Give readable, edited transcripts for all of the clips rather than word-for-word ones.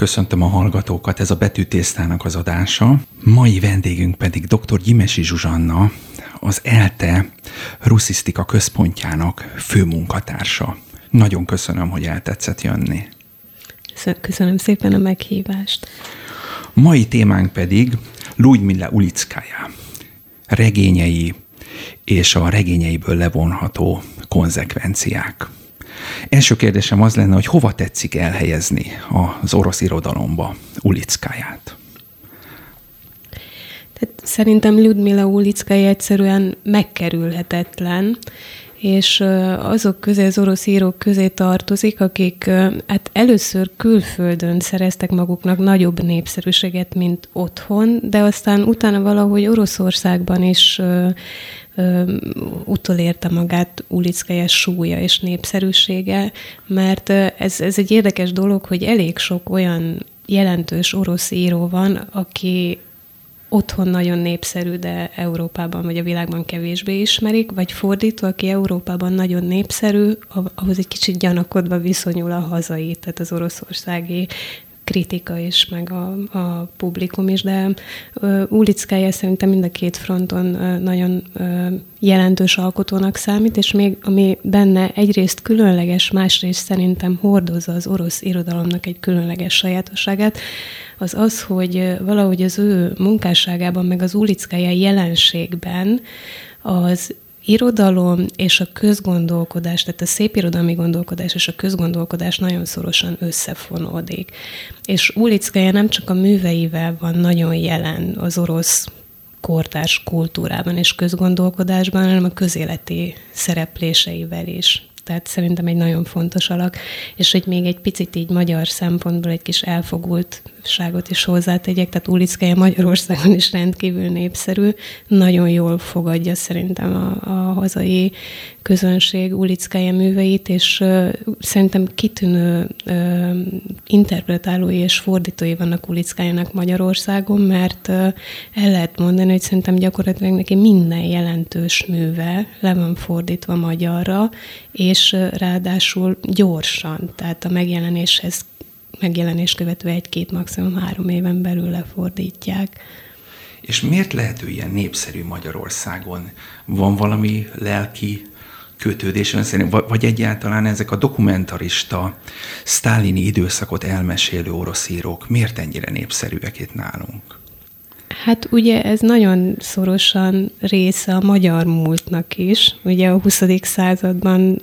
Köszöntöm a hallgatókat, ez a Betűtésztának az adása. Mai vendégünk pedig dr. Gyimesi Zsuzsanna, az ELTE Russzisztika Központjának főmunkatársa. Nagyon köszönöm, hogy eltetszett jönni. Köszönöm szépen a meghívást. Mai témánk pedig Ljudmila Ulickaja regényei és a regényeiből levonható konzekvenciák. Első kérdésem az lenne, hogy hova tetszik elhelyezni az orosz irodalomba Ulickaját? Tehát szerintem Ljudmila Ulickaja egyszerűen megkerülhetetlen, és azok közé, az orosz írók közé tartozik, akik hát először külföldön szereztek maguknak nagyobb népszerűséget, mint otthon, de aztán utána valahogy Oroszországban is utolérte magát Ulickaja súlya és népszerűsége, mert ez egy érdekes dolog, hogy elég sok olyan jelentős orosz író van, aki otthon nagyon népszerű, de Európában vagy a világban kevésbé ismerik, vagy fordítva, aki Európában nagyon népszerű, ahhoz egy kicsit gyanakodva viszonyul a hazai, tehát az oroszországi kritika is, meg a publikum is, de Ulickaja szerintem mind a két fronton nagyon jelentős alkotónak számít, és még ami benne egyrészt különleges, másrészt szerintem hordozza az orosz irodalomnak egy különleges sajátosságát, az az, hogy valahogy az ő munkásságában, meg az Ulickaja jelenségben az irodalom és a közgondolkodás, tehát a szépirodalmi gondolkodás és a közgondolkodás nagyon szorosan összefonódik. És Ulickaja nem csak a műveivel van nagyon jelen az orosz kortárs kultúrában és közgondolkodásban, hanem a közéleti szerepléseivel is. Tehát szerintem egy nagyon fontos alak, és hogy még egy picit így magyar szempontból egy kis elfogultságot is hozzátegyek, tehát Ulickaja Magyarországon is rendkívül népszerű, nagyon jól fogadja szerintem a hazai közönség Ulickaja műveit, és szerintem kitűnő interpretálói és fordítói vannak Ulickajának Magyarországon, mert el lehet mondani, hogy szerintem gyakorlatilag neki minden jelentős műve le van fordítva magyarra, és ráadásul gyorsan, tehát a megjelenés követve 1-2, maximum 3 éven belül lefordítják. És miért lehet ő ilyen népszerű Magyarországon? Van valami lelki kötődés ön szerint, vagy egyáltalán ezek a dokumentarista, sztálini időszakot elmesélő orosz írók miért ennyire népszerűek itt nálunk? Hát ugye ez nagyon szorosan része a magyar múltnak is. Ugye a 20. században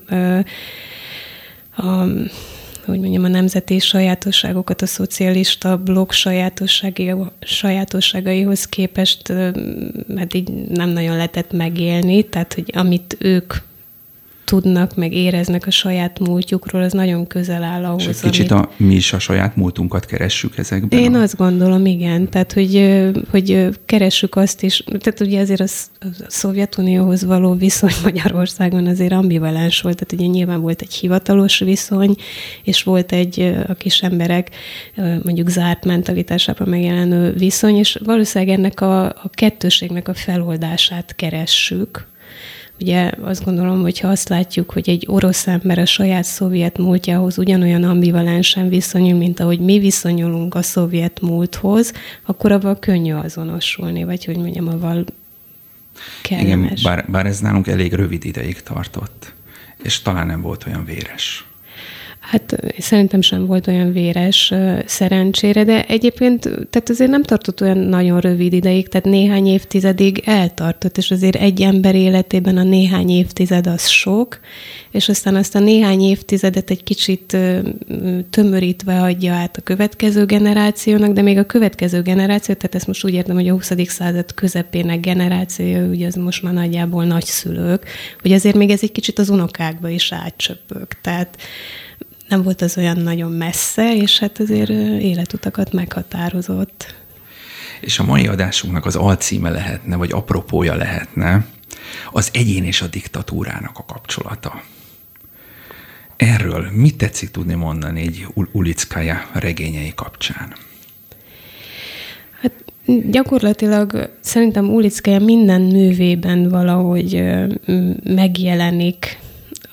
a nemzeti sajátosságokat a szocialista blokk sajátosságaihoz képest hát így nem nagyon lehetett megélni, tehát hogy amit ők tudnak, meg éreznek a saját múltjukról, az nagyon közel áll ahhoz, és egy kicsit mi is a saját múltunkat keressük ezekben? Én azt gondolom, igen. Tehát, hogy keressük azt is, tehát ugye azért a Szovjetunióhoz való viszony Magyarországon azért ambivalens volt, tehát ugye nyilván volt egy hivatalos viszony, és volt a kis emberek mondjuk zárt mentalitásában megjelenő viszony, és valószínűleg ennek a kettőségnek a feloldását keressük. Ugye azt gondolom, hogy ha azt látjuk, hogy egy orosz ember a saját szovjet múltjához ugyanolyan ambivalensen viszonyul, mint ahogy mi viszonyulunk a szovjet múlthoz, akkor avval könnyű azonosulni, vagy hogy mondjam, avval kellemes. Igen, bár ez nálunk elég rövid ideig tartott, és talán nem volt olyan véres. Hát szerintem sem volt olyan véres, szerencsére, de egyébként tehát azért nem tartott olyan nagyon rövid ideig, tehát néhány évtizedig eltartott, és azért egy ember életében a néhány évtized az sok, és aztán azt a néhány évtizedet egy kicsit tömörítve adja át a következő generációnak, de még a következő generáció, tehát ezt most úgy értem, hogy a 20. század közepének generációja, ugye az most már nagyjából nagyszülők, hogy azért még ez egy kicsit az unokákba is átcsöpög, tehát nem volt az olyan nagyon messze, és hát azért életutakat meghatározott. És a mai adásunknak az alcíme lehetne, vagy apropója lehetne az egyén és a diktatúrának a kapcsolata. Erről mit tetszik tudni mondani egy Ulickaja regényei kapcsán? Hát gyakorlatilag szerintem Ulickaja minden művében valahogy megjelenik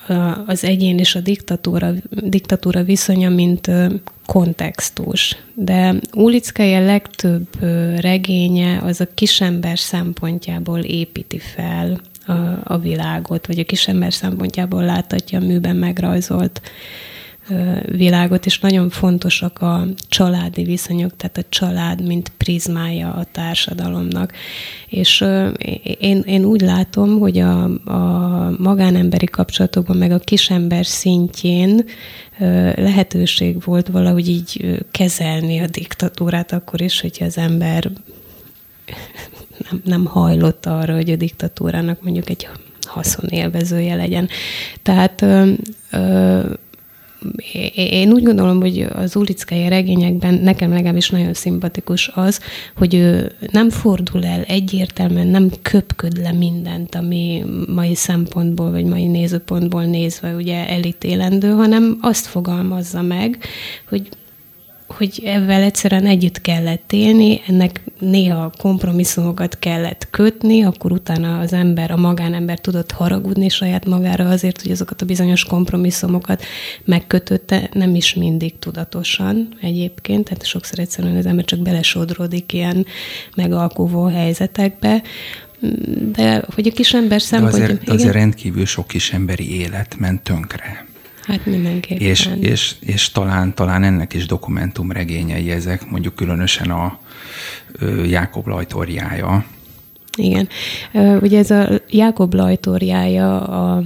az egyén és a diktatúra viszonya, mint kontextus. De Ulickaja legtöbb regénye az a kisember szempontjából építi fel a világot, vagy a kisember szempontjából láthatja a műben megrajzolt világot, és nagyon fontosak a családi viszonyok, tehát a család, mint prizmája a társadalomnak. És én úgy látom, hogy a magánemberi kapcsolatokban, meg a kisember szintjén lehetőség volt valahogy így kezelni a diktatúrát, akkor is, hogyha az ember nem hajlott arra, hogy a diktatúrának mondjuk egy haszonélvezője legyen. Tehát én úgy gondolom, hogy az Ulickaja regényekben nekem legalábbis nagyon szimpatikus az, hogy ő nem fordul el egyértelműen, nem köpköd le mindent, ami mai szempontból, vagy mai nézőpontból nézve ugye elítélendő, hanem azt fogalmazza meg, hogy ezzel egyszerűen együtt kellett élni, ennek néha kompromisszumokat kellett kötni, akkor utána az ember, a magánember tudott haragudni saját magára azért, hogy azokat a bizonyos kompromisszumokat megkötötte, nem is mindig tudatosan egyébként, tehát sokszor egyszerűen az ember csak belesodródik ilyen megalkuvó helyzetekbe, de hogy a kisember szempontjából... Azért rendkívül sok kisemberi élet ment tönkre. Hát mindenképpen. És talán ennek is dokumentumregényei ezek, mondjuk különösen a Jákob Lajtorjája. Igen. Ugye ez a Jákob Lajtorjája a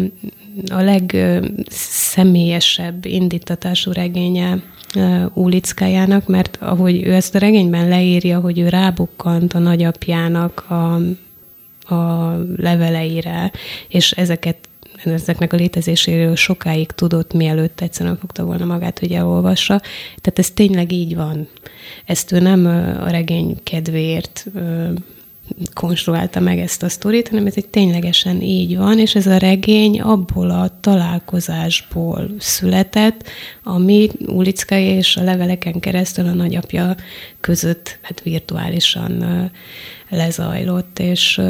legszemélyesebb indítatású regénye Ulickajának, mert ahogy ő ezt a regényben leírja, hogy ő rábukkant a nagyapjának a leveleire, és ezeknek a létezéséről sokáig tudott, mielőtt egyszerűen fogta volna magát, hogy elolvassa. Tehát ez tényleg így van. Ezt ő nem a regény kedvéért konstruálta meg ezt a sztorit, hanem ez egy ténylegesen így van, és ez a regény abból a találkozásból született, ami Ulickaja és a leveleken keresztül a nagyapja között virtuálisan lezajlott, és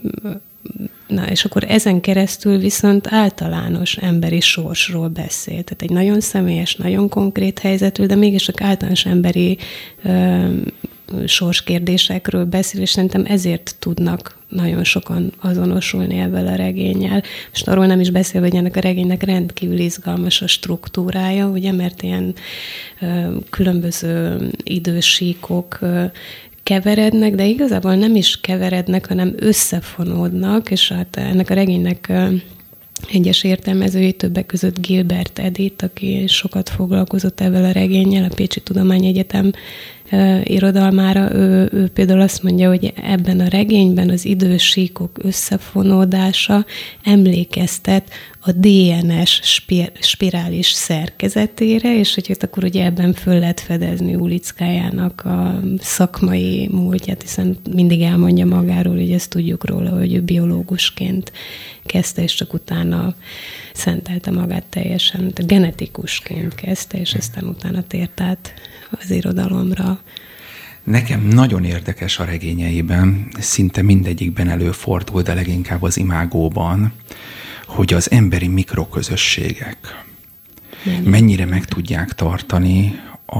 akkor ezen keresztül viszont általános emberi sorsról beszél. Tehát egy nagyon személyes, nagyon konkrét helyzetről, de mégis csak általános emberi sorskérdésekről beszél, és szerintem ezért tudnak nagyon sokan azonosulni ezzel a regénnyel. Most arról nem is beszélve, hogy ennek a regénynek rendkívül izgalmas a struktúrája, ugye, mert ilyen különböző idősíkok keverednek, de igazából nem is keverednek, hanem összefonódnak, és hát ennek a regénynek egyes értelmezői, többek között Gilbert Edith, aki sokat foglalkozott ezzel a regénnyel, a Pécsi Tudományegyetem irodalmára, ő például azt mondja, hogy ebben a regényben az idősíkok összefonódása emlékeztet a DNS spirális szerkezetére, és hogy akkor ugye ebben föl lehet fedezni Ulickajának a szakmai múltját, hiszen mindig elmondja magáról, hogy ezt tudjuk róla, hogy ő biológusként kezdte, és csak utána szentelte magát teljesen, genetikusként kezdte, és aztán utána tért át az irodalomra. Nekem nagyon érdekes a regényeiben, szinte mindegyikben előfordul, de leginkább az imágóban, hogy az emberi mikroközösségek mennyire meg tudják tartani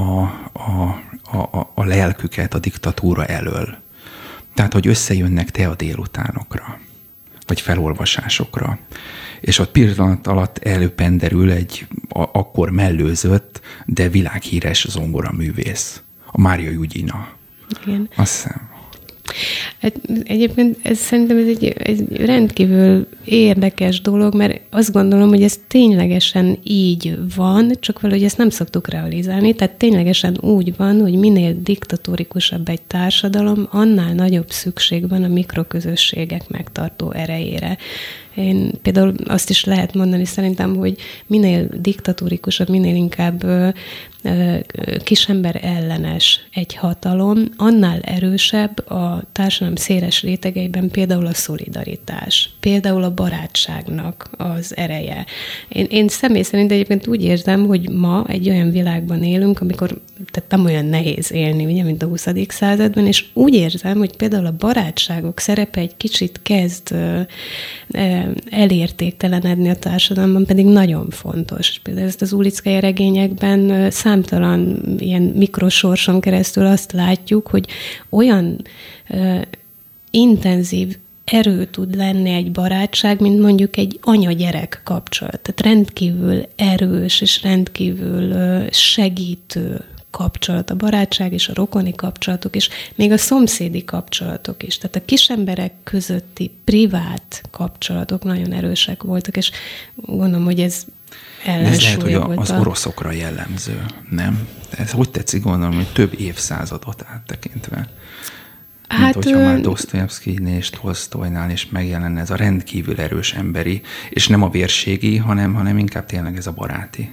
a lelküket a diktatúra elől. Tehát, hogy összejönnek te a délutánokra, vagy felolvasásokra, és ott pillanat alatt előpenderül egy akkor mellőzött, de világhíres zongoraművész, a Mária Jugyina. Igen. Azt hiszem. Egyébként szerintem ez egy rendkívül érdekes dolog, mert azt gondolom, hogy ez ténylegesen így van, csak valahogy ezt nem szoktuk realizálni, tehát ténylegesen úgy van, hogy minél diktatórikusabb egy társadalom, annál nagyobb szükség van a mikroközösségek megtartó erejére. Én például azt is lehet mondani szerintem, hogy minél diktatórikusabb, minél inkább kisember ellenes egy hatalom, annál erősebb a társadalom széles rétegeiben például a szolidaritás, például a barátságnak az ereje. Én személy szerint egyébként úgy érzem, hogy ma egy olyan világban élünk, amikor tehát nem olyan nehéz élni, ugye, mint a 20. században, és úgy érzem, hogy például a barátságok szerepe egy kicsit kezd elértéktelenedni a társadalomban, pedig nagyon fontos. Például ezt az Ulickaja regényekben számtalan ilyen mikrosorson keresztül azt látjuk, hogy olyan intenzív erő tud lenni egy barátság, mint mondjuk egy anya-gyerek kapcsolat. Tehát rendkívül erős és rendkívül segítő kapcsolat, a barátság és a rokoni kapcsolatok, és még a szomszédi kapcsolatok is. Tehát a kisemberek közötti privát kapcsolatok nagyon erősek voltak, és gondolom, hogy ez ellensúlya volt. Ez lehet, hogy az oroszokra jellemző, nem? Ez hogy tetszik, gondolom, hogy több évszázadot áttekintve. Mint hogyha már Dosztojevszkijnél és Tolsztojnál is megjelenne ez a rendkívül erős emberi, és nem a vérségi, hanem inkább tényleg ez a baráti.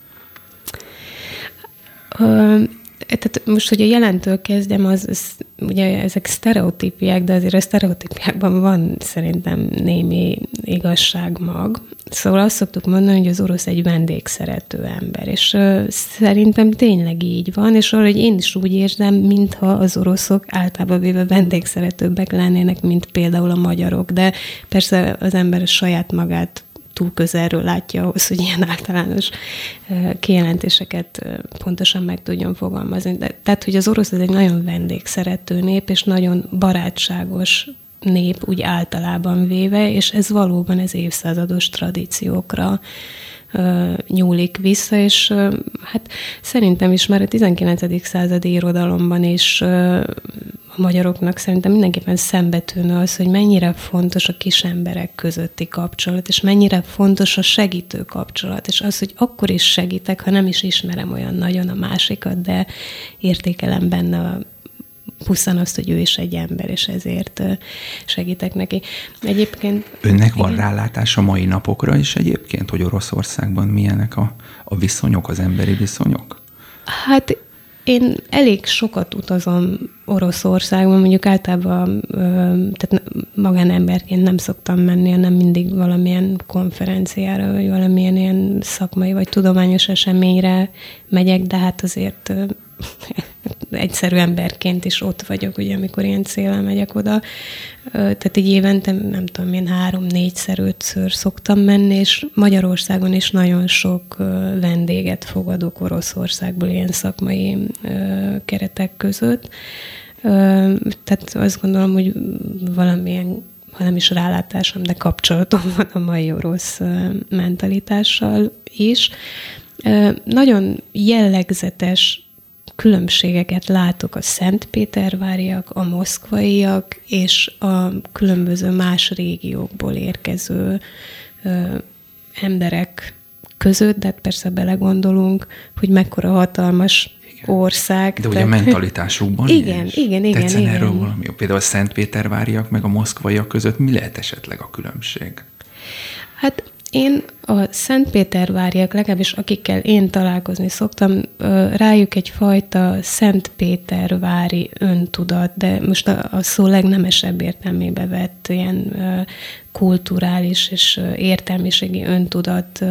Tehát most, hogy a jelentől kezdem, ugye ezek sztereotípiák, de azért a sztereotípiákban van szerintem némi igazságmag. Szóval azt szoktuk mondani, hogy az orosz egy vendégszerető ember, és szerintem tényleg így van, és valahogy én is úgy érzem, mintha az oroszok általában véve vendégszeretőbbek lennének, mint például a magyarok, de persze az ember saját magát túl közelről látja ahhoz, hogy ilyen általános kijelentéseket pontosan meg tudjon fogalmazni. Tehát, hogy az orosz az egy nagyon vendégszerető nép, és nagyon barátságos nép úgy általában véve, és ez valóban ez évszázados tradíciókra nyúlik vissza, és hát szerintem is már a 19. századi irodalomban is a magyaroknak szerintem mindenképpen szembetűnő az, hogy mennyire fontos a kis emberek közötti kapcsolat, és mennyire fontos a segítő kapcsolat, és az, hogy akkor is segítek, ha nem is ismerem olyan nagyon a másikat, de értékelem benne pusztán azt, hogy ő is egy ember, és ezért segítek neki. Egyébként... Önnek van rálátás a mai napokra is egyébként, hogy Oroszországban milyenek a viszonyok, az emberi viszonyok? Hát én elég sokat utazom Oroszországban, mondjuk általában tehát magánemberként nem szoktam menni, hanem mindig valamilyen konferenciára, vagy valamilyen ilyen szakmai vagy tudományos eseményre megyek, de hát azért egyszerű emberként is ott vagyok, ugye, amikor ilyen céllal megyek oda. Tehát így évente, nem tudom, én 3-4-szer, 5-ször szoktam menni, és Magyarországon is nagyon sok vendéget fogadok Oroszországból ilyen szakmai keretek között. Tehát azt gondolom, hogy valamilyen, ha nem is rálátásom, de kapcsolatom van a mai orosz mentalitással is. Nagyon jellegzetes különbségeket látok a szentpéterváriak, a moszkvaiak és a különböző más régiókból érkező emberek között, de hát persze belegondolunk, hogy mekkora hatalmas ország. De ugye a mentalitásukban igen. Tetszen erről valami? Például a szentpéterváriak meg a moszkvaiak között mi lehet esetleg a különbség? Hát én a szentpéterváriak, legalábbis akikkel én találkozni szoktam, rájuk egyfajta szentpétervári öntudat, de most a szó legnemesebb értelmébe vett ilyen kulturális és értelmiségi öntudat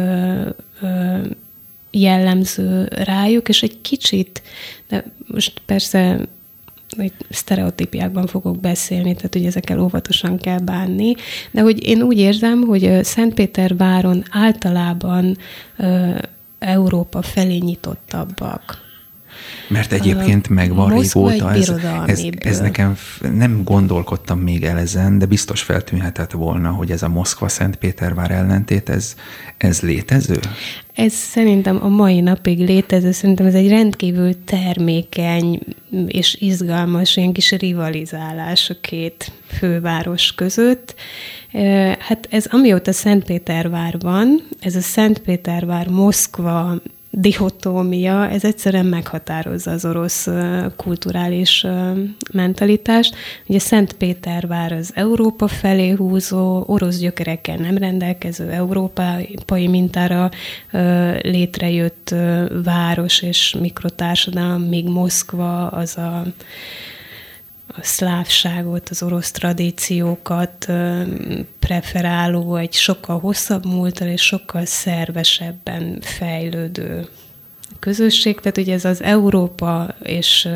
jellemző rájuk, és egy kicsit, de most persze sztereotípiákban fogok beszélni, tehát hogy ezekkel óvatosan kell bánni, de hogy én úgy érzem, hogy Szentpéterváron általában Európa felé nyitottabbak. Mert egyébként megvan régóta, ez nekem nem gondolkodtam még el ezen, de biztos feltűnhetett volna, hogy ez a Moszkva-Szentpétervár ellentét, ez létező? Ez szerintem a mai napig létező, szerintem ez egy rendkívül termékeny és izgalmas ilyen kis rivalizálás a két főváros között. Hát ez amióta Szentpétervár van, ez a Szentpétervár-Moszkva dihotómia, ez egyszerűen meghatározza az orosz kulturális mentalitást. Ugye Szentpétervár az Európa felé húzó, orosz gyökerekkel nem rendelkező, európai mintára létrejött város és mikrotársadalom, míg Moszkva az a szlávságot, az orosz tradíciókat preferáló, egy sokkal hosszabb múlttal és sokkal szervesebben fejlődő közösség. Tehát ugye ez az Európa és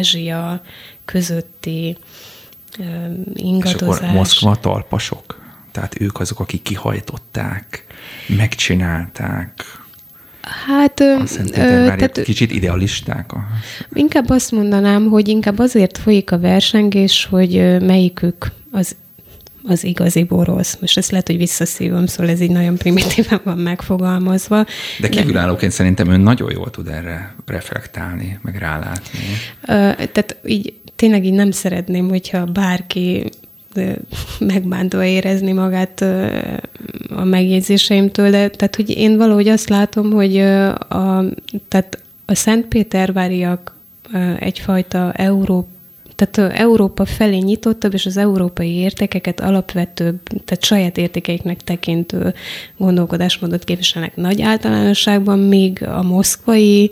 Ázsia közötti ingadozás. És akkor Moszkva talpasok? Tehát ők azok, akik kihajtották, megcsinálták. Hát, tehát kicsit idealisták. Inkább azt mondanám, hogy inkább azért folyik a versengés, hogy melyikük az igazi orosz. Most ezt lehet, hogy visszaszívom, szóval ez így nagyon primitíven van megfogalmazva. De kívülállóként szerintem ön nagyon jól tud erre reflektálni, meg rálátni. Tehát így tényleg így nem szeretném, hogyha bárki megbántva érezni magát a megjegyzéseimtől, de tehát, hogy én valahogy azt látom, hogy tehát a szentpéterváriak egyfajta Európa felé nyitottabb, és az európai értékeket alapvetőbb, tehát saját értékeiknek tekintő gondolkodásmódot képviselnek nagy általánosságban, míg a moszkvai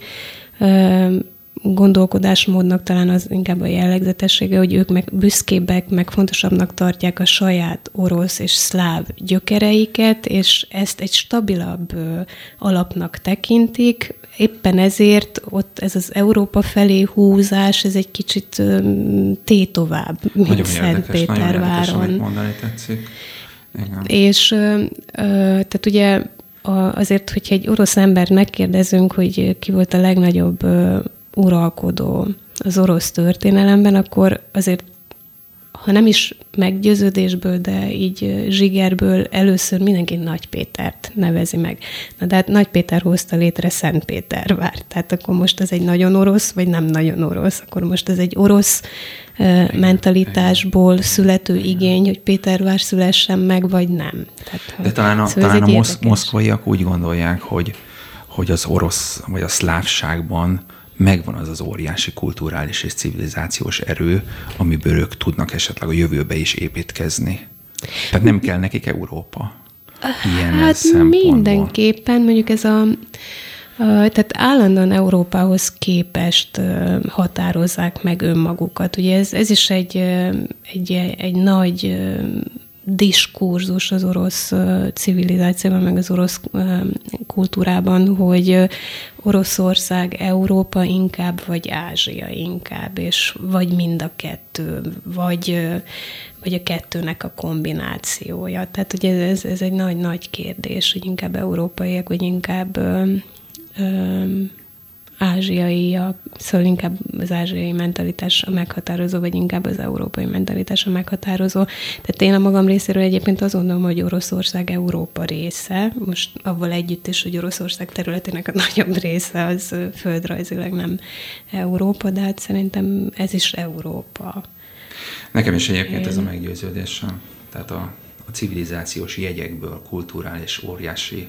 gondolkodásmódnak talán az inkább a jellegzetessége, hogy ők meg büszkébbek, meg fontosabbnak tartják a saját orosz és szláv gyökereiket, és ezt egy stabilabb alapnak tekintik. Éppen ezért ott ez az Európa felé húzás, ez egy kicsit tétovább, mint Szentpéterváron. Nagyon mondani tetszik. Igen. És tehát ugye azért, hogyha egy orosz embert megkérdezünk, hogy ki volt a legnagyobb uralkodó az orosz történelemben, akkor azért, ha nem is meggyőződésből, de így zsigerből először mindenki Nagy Pétert nevezi meg. Na de hát Nagy Péter hozta létre Szentpétervárt. Tehát akkor most ez egy nagyon orosz, vagy nem nagyon orosz. Akkor most ez egy orosz mentalitásból születő igény, hogy Pétervár szülessen meg, vagy nem. Tehát, de talán a moszkvaiak úgy gondolják, hogy az orosz, vagy a szlávságban megvan az óriási kulturális és civilizációs erő, amiből ők tudnak esetleg a jövőbe is építkezni. Tehát nem kell nekik Európa ilyen szempontból. Mindenképpen, mondjuk ez tehát állandóan Európához képest határozzák meg önmagukat. Ugye ez is egy nagy diskurzus az orosz civilizációban, meg az orosz kultúrában, hogy Oroszország, Európa inkább, vagy Ázsia inkább, és vagy mind a kettő, vagy a kettőnek a kombinációja. Tehát ugye ez egy nagy-nagy kérdés, hogy inkább európaiak, vagy inkább ázsiaiak, szóval inkább az ázsiai mentalitás a meghatározó, vagy inkább az európai mentalitás a meghatározó. Tehát én a magam részéről egyébként azt gondolom, hogy Oroszország Európa része, most avval együtt is, hogy Oroszország területének a nagyobb része az földrajzilag nem Európa, de hát szerintem ez is Európa. Nekem is egyébként ez a meggyőződésem. Tehát a civilizációs jegyekből kulturális óriási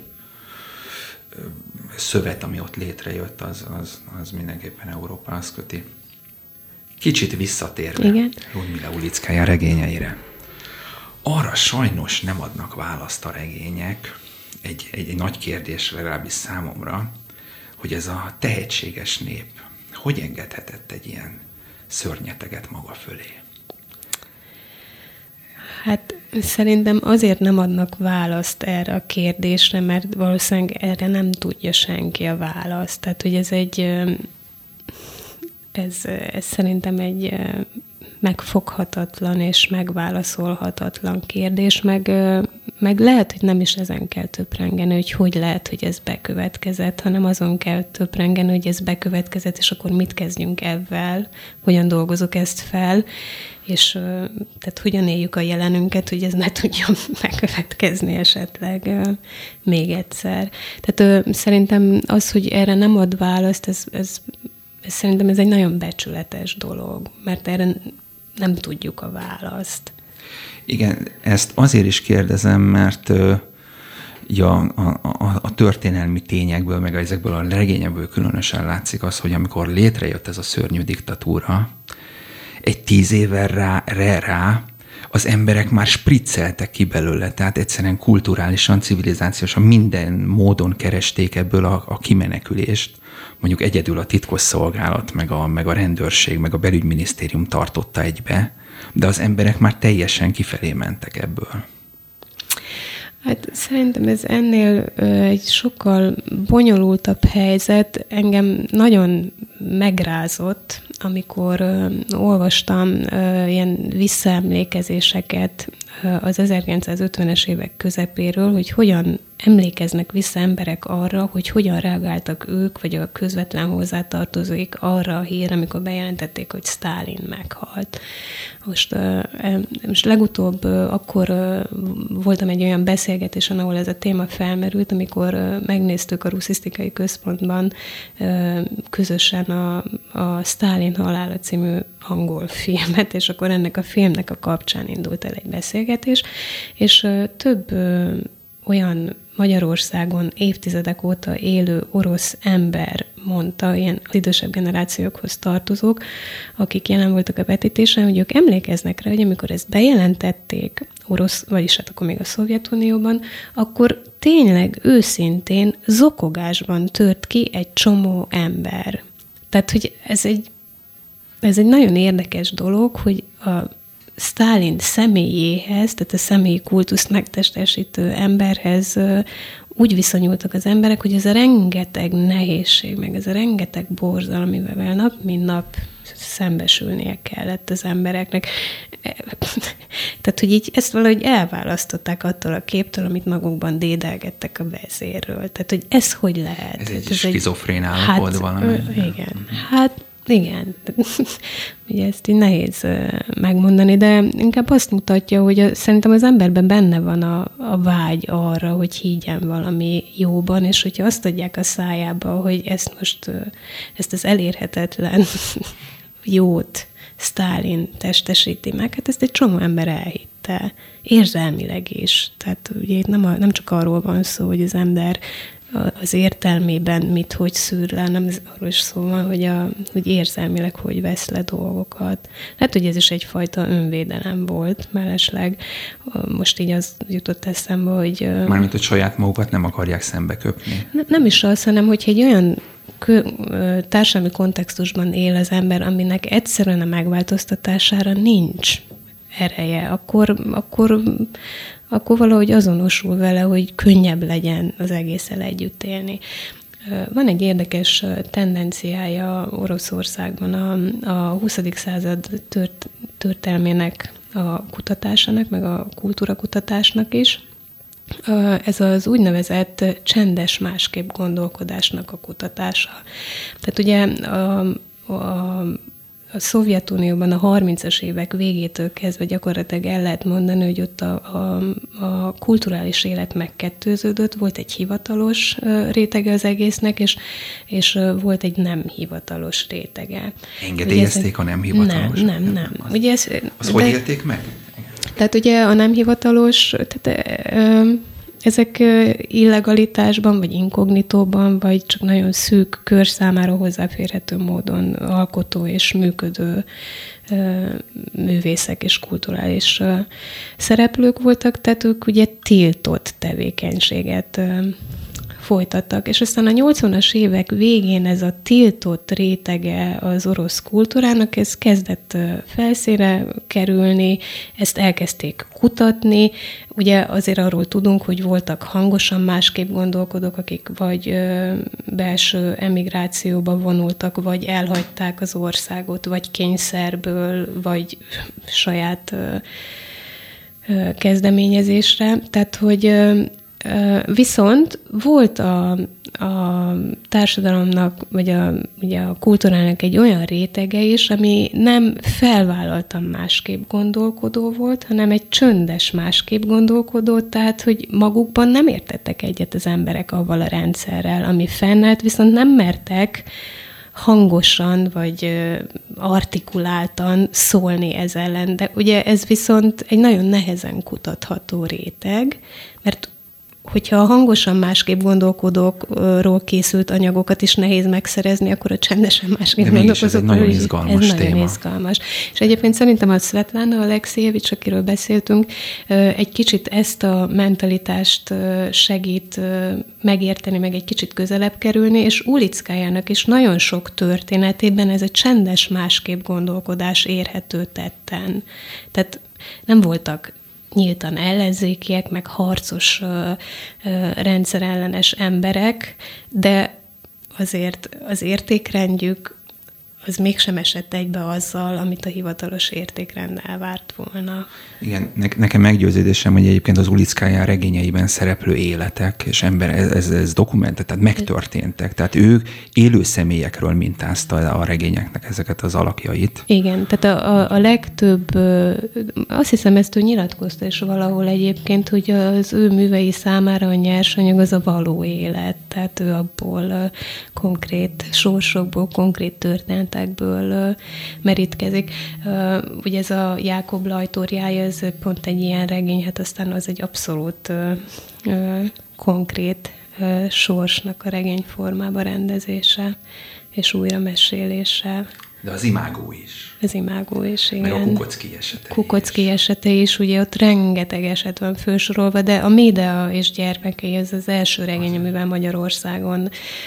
szövet, ami ott létrejött, az mindenképpen Európához köti. Kicsit visszatérve Ludmila Ulickaja regényeire. Arra sajnos nem adnak választ a regények, egy nagy kérdés legalábbis számomra, hogy ez a tehetséges nép hogy engedhetett egy ilyen szörnyeteget maga fölé? Hát szerintem azért nem adnak választ erre a kérdésre, mert valószínűleg erre nem tudja senki a választ. Tehát, hogy ez szerintem egy megfoghatatlan és megválaszolhatatlan kérdés, meg lehet, hogy nem is ezen kell töprengeni, hogy lehet, hogy ez bekövetkezett, hanem azon kell töprengeni, hogy ez bekövetkezett, és akkor mit kezdjünk ebben, hogyan dolgozok ezt fel, és tehát hogyan éljük a jelenünket, hogy ez ne tudjon megkövetkezni esetleg még egyszer. Tehát szerintem az, hogy erre nem ad választ, szerintem ez egy nagyon becsületes dolog, mert erre nem tudjuk a választ. Igen, ezt azért is kérdezem, mert a történelmi tényekből, meg ezekből a regényekből különösen látszik az, hogy amikor létrejött ez a szörnyű diktatúra, egy 10 évvel rá az emberek már spricceltek ki belőle, tehát egyszerűen kulturálisan, civilizációsan minden módon keresték ebből a kimenekülést. Mondjuk egyedül a titkosszolgálat, meg a rendőrség, meg a belügyminisztérium tartotta egybe, de az emberek már teljesen kifelé mentek ebből. Hát szerintem ez ennél egy sokkal bonyolultabb helyzet. Engem nagyon megrázott, amikor olvastam ilyen visszaemlékezéseket az 1950-es évek közepéről, hogy hogyan emlékeznek vissza emberek arra, hogy hogyan reagáltak ők, vagy a közvetlen hozzátartozóik arra a hírre, amikor bejelentették, hogy Sztálin meghalt. Most legutóbb akkor voltam egy olyan beszélgetésen, ahol ez a téma felmerült, amikor megnéztük a Russzisztikai Központban közösen a Sztálin halála című angol filmet, és akkor ennek a filmnek a kapcsán indult el egy beszélgetés, és több olyan Magyarországon évtizedek óta élő orosz ember mondta, ilyen az idősebb generációkhoz tartozók, akik jelen voltak a vetítésen, hogy ők emlékeznek rá, hogy amikor ezt bejelentették orosz, vagyis hát akkor még a Szovjetunióban, akkor tényleg őszintén zokogásban tört ki egy csomó ember. Tehát, hogy ez egy nagyon érdekes dolog, hogy a Sztálin személyéhez, tehát a személyi kultuszt megtestesítő emberhez úgy viszonyultak az emberek, hogy ez a rengeteg nehézség, meg ez a rengeteg borzalom, amivel nap mint nap szembesülnie kellett az embereknek. Tehát, hogy így ezt valahogy elválasztották attól a képtől, amit magukban dédelgettek a vezérről. Tehát, hogy ez hogy lehet? Ez egy skizofrén állapot valami. Igen. Hát igen, ugye ezt így nehéz megmondani, de inkább azt mutatja, hogy szerintem az emberben benne van a vágy arra, hogy higgyen valami jóban, és hogyha azt adják a szájába, hogy ezt az elérhetetlen jót Sztálin testesíti meg, hát ezt egy csomó ember elhitte, érzelmileg is. Tehát ugye itt nem csak arról van szó, hogy az ember az értelmében hogy szűr le, nem arról is szó van, hogy érzelmileg hogy vesz le dolgokat. Hát, hogy ez is egyfajta önvédelem volt mellesleg. Most így az jutott eszembe, hogy... Mármint, hogy saját magukat nem akarják szembe köpni. Nem is az, hanem hogy egy olyan társadalmi kontextusban él az ember, aminek egyszerűen a megváltoztatására nincs ereje, akkor valahogy azonosul vele, hogy könnyebb legyen az egésszel együtt élni. Van egy érdekes tendenciája Oroszországban a 20. század történelmének a kutatásának, meg a kultúrakutatásnak is. Ez az úgynevezett csendes másképp gondolkodásnak a kutatása. Tehát ugye a Szovjetunióban a 30-as évek végétől kezdve gyakorlatilag el lehet mondani, hogy ott a kulturális élet megkettőződött, volt egy hivatalos rétege az egésznek, és volt egy nem hivatalos rétege. Engedélyezték a nem hivatalos? Nem. Ugye hogy élték meg? Tehát ugye a nem hivatalos, ezek illegalitásban, vagy inkognitóban, vagy csak nagyon szűk kör számára hozzáférhető módon alkotó és működő művészek és kulturális szereplők voltak, tehát ők ugye tiltott tevékenységet folytattak. És aztán a 80-as évek végén ez a tiltott rétege az orosz kultúrának, ez kezdett felszínre kerülni, ezt elkezdték kutatni. Ugye azért arról tudunk, hogy voltak hangosan másképp gondolkodók, akik vagy belső emigrációba vonultak, vagy elhagyták az országot, vagy kényszerből, vagy saját kezdeményezésre. Tehát, hogy viszont volt a társadalomnak, vagy ugye a kultúrának egy olyan rétege is, ami nem felvállaltan másképp gondolkodó volt, hanem egy csöndes másképp gondolkodó, tehát, hogy magukban nem értettek egyet az emberek avval a rendszerrel, ami fennállt, viszont nem mertek hangosan, vagy artikuláltan szólni ez ellen. De ugye ez viszont egy nagyon nehezen kutatható réteg, mert hogyha hangosan másképp gondolkodókról készült anyagokat is nehéz megszerezni, akkor a csendesen másképp gondolkozókról ez egy nagyon izgalmas téma. Nagyon izgalmas. És egyébként szerintem a Szvetlana Alexievics, akiről beszéltünk, egy kicsit ezt a mentalitást segít megérteni, meg egy kicsit közelebb kerülni, és Ulickájának is nagyon sok történetében ez a csendes másképp gondolkodás érhető tetten. Tehát nem voltak nyíltan ellenzékiek, meg harcos rendszerellenes emberek, de azért az értékrendjük az mégsem esett egybe azzal, amit a hivatalos értékrend elvárt volna. Igen, nekem meggyőződésem, hogy egyébként az Ulickája regényeiben szereplő életek és ember, ez dokumentált, tehát megtörténtek. Tehát ő élő személyekről mintázta a regényeknek ezeket az alakjait. Igen, tehát a legtöbb, azt hiszem ezt ő nyilatkozta is valahol egyébként, hogy az ő művei számára a nyersanyag az a való élet. Tehát ő abból konkrét sorsokból, konkrét történetekből merítkezik. Ugye ez a Jákob Lajtorjája, ez pont egy ilyen regény, hát aztán az egy abszolút konkrét sorsnak a regényformába rendezése és újra mesélése. De az imágó is. Az imágó is, igen. Meg a Kukocki esete Kukocki esete is, ugye ott rengeteg eset van felsorolva, de a Médea és gyermekei, ez az első regény, amivel Magyarországon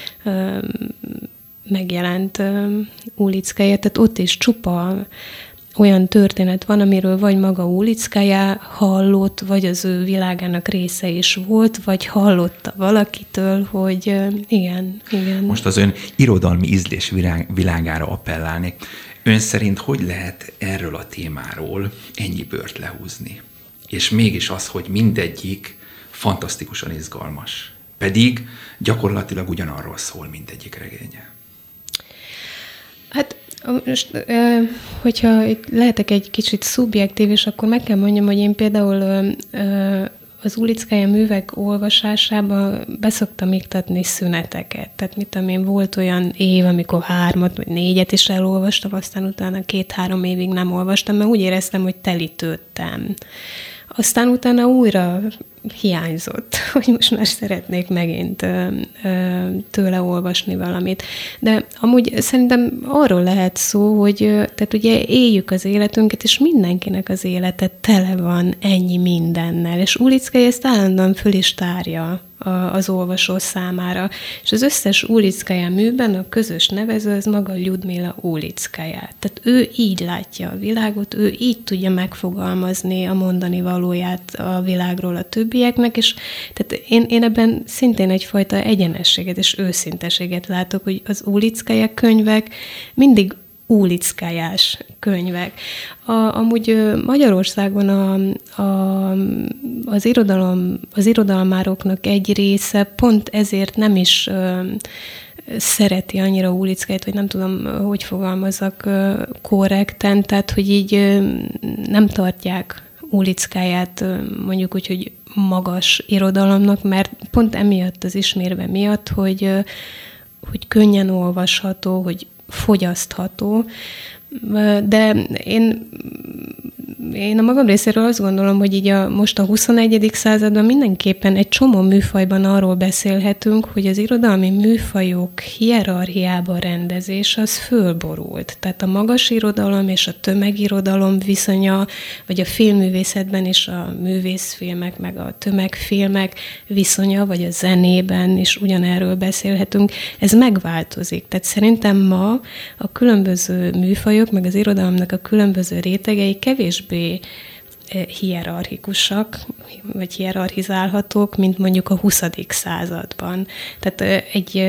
megjelent Ulickája, tehát ott is csupa olyan történet van, amiről vagy maga Ulickája hallott, vagy az ő világának része is volt, vagy hallotta valakitől, hogy igen. Most az ön irodalmi ízlés világára appellálni. Ön szerint hogy lehet erről a témáról ennyi bőrt lehúzni? És mégis az, hogy mindegyik fantasztikusan izgalmas. Pedig gyakorlatilag ugyanarról szól mindegyik regénye. Hát most, hogyha lehetek egy kicsit szubjektív, és akkor meg kell mondjam, hogy én például az Ulickája művek olvasásába beszoktam iktatni szüneteket. Tehát mit tudom én, volt olyan év, amikor 3 vagy 4 is elolvastam, aztán utána 2-3 évig nem olvastam, mert úgy éreztem, hogy telítődtem. Aztán utána újra hiányzott, hogy most már szeretnék megint tőle olvasni valamit. De amúgy szerintem arról lehet szó, hogy tehát ugye éljük az életünket, és mindenkinek az élete tele van ennyi mindennel, és Ulickája ezt állandóan föl is tárja az olvasó számára. És az összes Ulickája műben a közös nevező az maga Ljudmila Ulickája. Tehát ő így látja a világot, ő így tudja megfogalmazni a mondani valóját a világról a többieknek, és tehát én ebben szintén egyfajta egyenességet és őszinteséget látok, hogy az Ulickája könyvek mindig ulickájás könyvek. Amúgy Magyarországon az irodalmároknak egy része pont ezért nem is szereti annyira Ulickáját, vagy nem tudom, hogy fogalmazzak korrekten, tehát, hogy így nem tartják Ulickáját mondjuk úgy, hogy magas irodalomnak, mert pont emiatt az ismérve miatt, hogy könnyen olvasható, hogy fogyasztható, de én a magam részéről azt gondolom, hogy így most a 21. században mindenképpen egy csomó műfajban arról beszélhetünk, hogy az irodalmi műfajok hierarchiában rendezés az fölborult. Tehát a magas irodalom és a tömegirodalom viszonya, vagy a filmművészetben is a művészfilmek, meg a tömegfilmek viszonya, vagy a zenében is ugyanerről beszélhetünk, ez megváltozik. Tehát szerintem ma a különböző műfajok, meg az irodalomnak a különböző rétegei kevésbé hierarchikusak, vagy hierarchizálhatók, mint mondjuk a 20. században. Tehát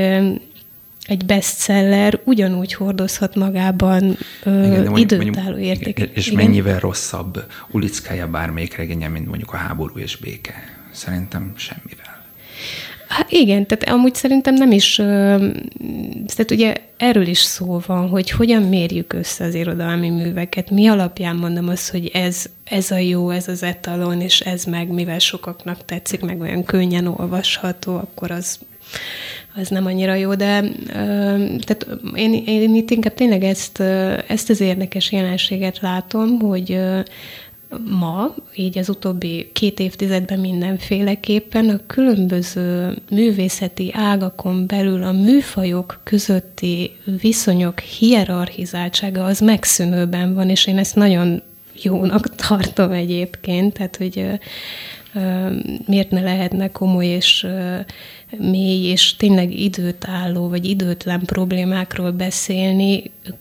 egy bestseller ugyanúgy hordozhat magában időtálló értéket. És mennyivel rosszabb Ulickája bármelyik regénye, mint mondjuk a Háború és béke? Szerintem semmivel. Hát igen, tehát amúgy szerintem nem is, tehát ugye erről is szó van, hogy hogyan mérjük össze az irodalmi műveket, mi alapján mondom azt, hogy ez a jó, ez az etalon, és ez meg, mivel sokaknak tetszik, meg olyan könnyen olvasható, akkor az nem annyira jó, de tehát én itt inkább tényleg ezt az érdekes jelenséget látom, hogy ma, így az utóbbi 2 évtizedben mindenféleképpen a különböző művészeti ágakon belül a műfajok közötti viszonyok hierarchizáltsága az megszűnőben van, és én ezt nagyon jónak tartom egyébként, tehát hogy miért ne lehetne komoly és mély és tényleg időtálló vagy időtlen problémákról beszélni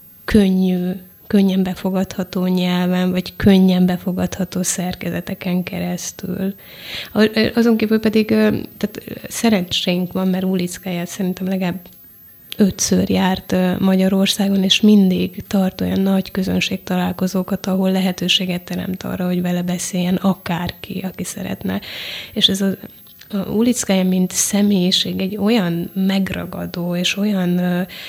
könnyen befogadható nyelven, vagy könnyen befogadható szerkezeteken keresztül. Azon kívül pedig tehát szerencsénk van, mert Ulickáját szerintem legalább 5-ször járt Magyarországon, és mindig tart olyan nagy közönségtalálkozókat, ahol lehetőséget teremt arra, hogy vele beszéljen akárki, aki szeretne. És ez a Ulickaja, mint személyiség egy olyan megragadó, és olyan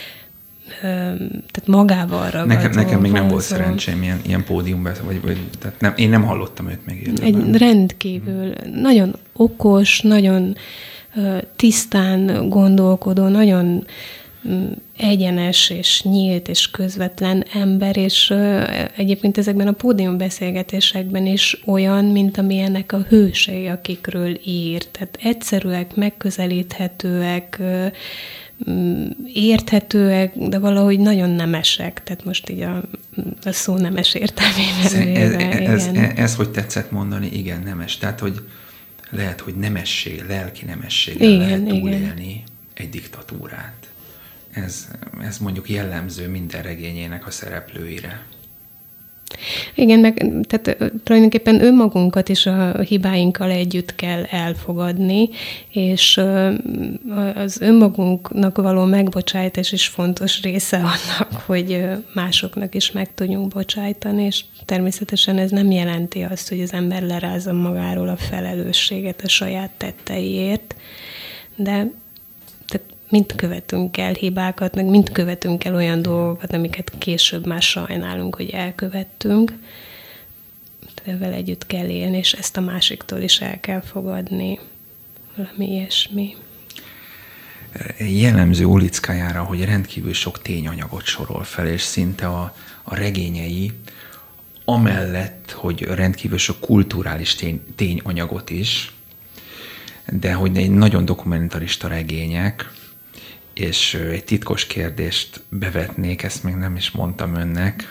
tehát magával ragadó. Nekem még nem volt szerencsém ilyen pódiumban, tehát nem, én nem hallottam őt még élőben. Egy rendkívül, nagyon okos, nagyon tisztán gondolkodó, nagyon egyenes és nyílt és közvetlen ember, és egyébként ezekben a pódiumbeszélgetésekben is olyan, mint amilyenek a hősei, akikről ír. Tehát egyszerűek, megközelíthetőek, érthetőek, de valahogy nagyon nemesek. Tehát most így a szó nemes értelmében. Ez hogy tetszett mondani? Igen, nemes. Tehát, hogy lehet, hogy nemesség, lelki nemességgel lehet túlélni egy diktatúrát. Ez mondjuk jellemző minden regényének a szereplőire. Igen, tehát tulajdonképpen önmagunkat is a hibáinkkal együtt kell elfogadni, és az önmagunknak való megbocsájtás is fontos része annak, hogy másoknak is meg tudjunk bocsájtani, és természetesen ez nem jelenti azt, hogy az ember lerázza magáról a felelősséget a saját tetteiért, de mind követünk el hibákat, meg mind követünk el olyan dolgokat, amiket később már sajnálunk, hogy elkövettünk. Ezzel együtt kell élni, és ezt a másiktól is el kell fogadni. Valami ilyesmi. Jellemző Ulickajára, hogy rendkívül sok tényanyagot sorol fel, és szinte a regényei amellett, hogy rendkívül sok kulturális tényanyagot is, de hogy egy nagyon dokumentarista regények, és egy titkos kérdést bevetnék, ezt még nem is mondtam önnek.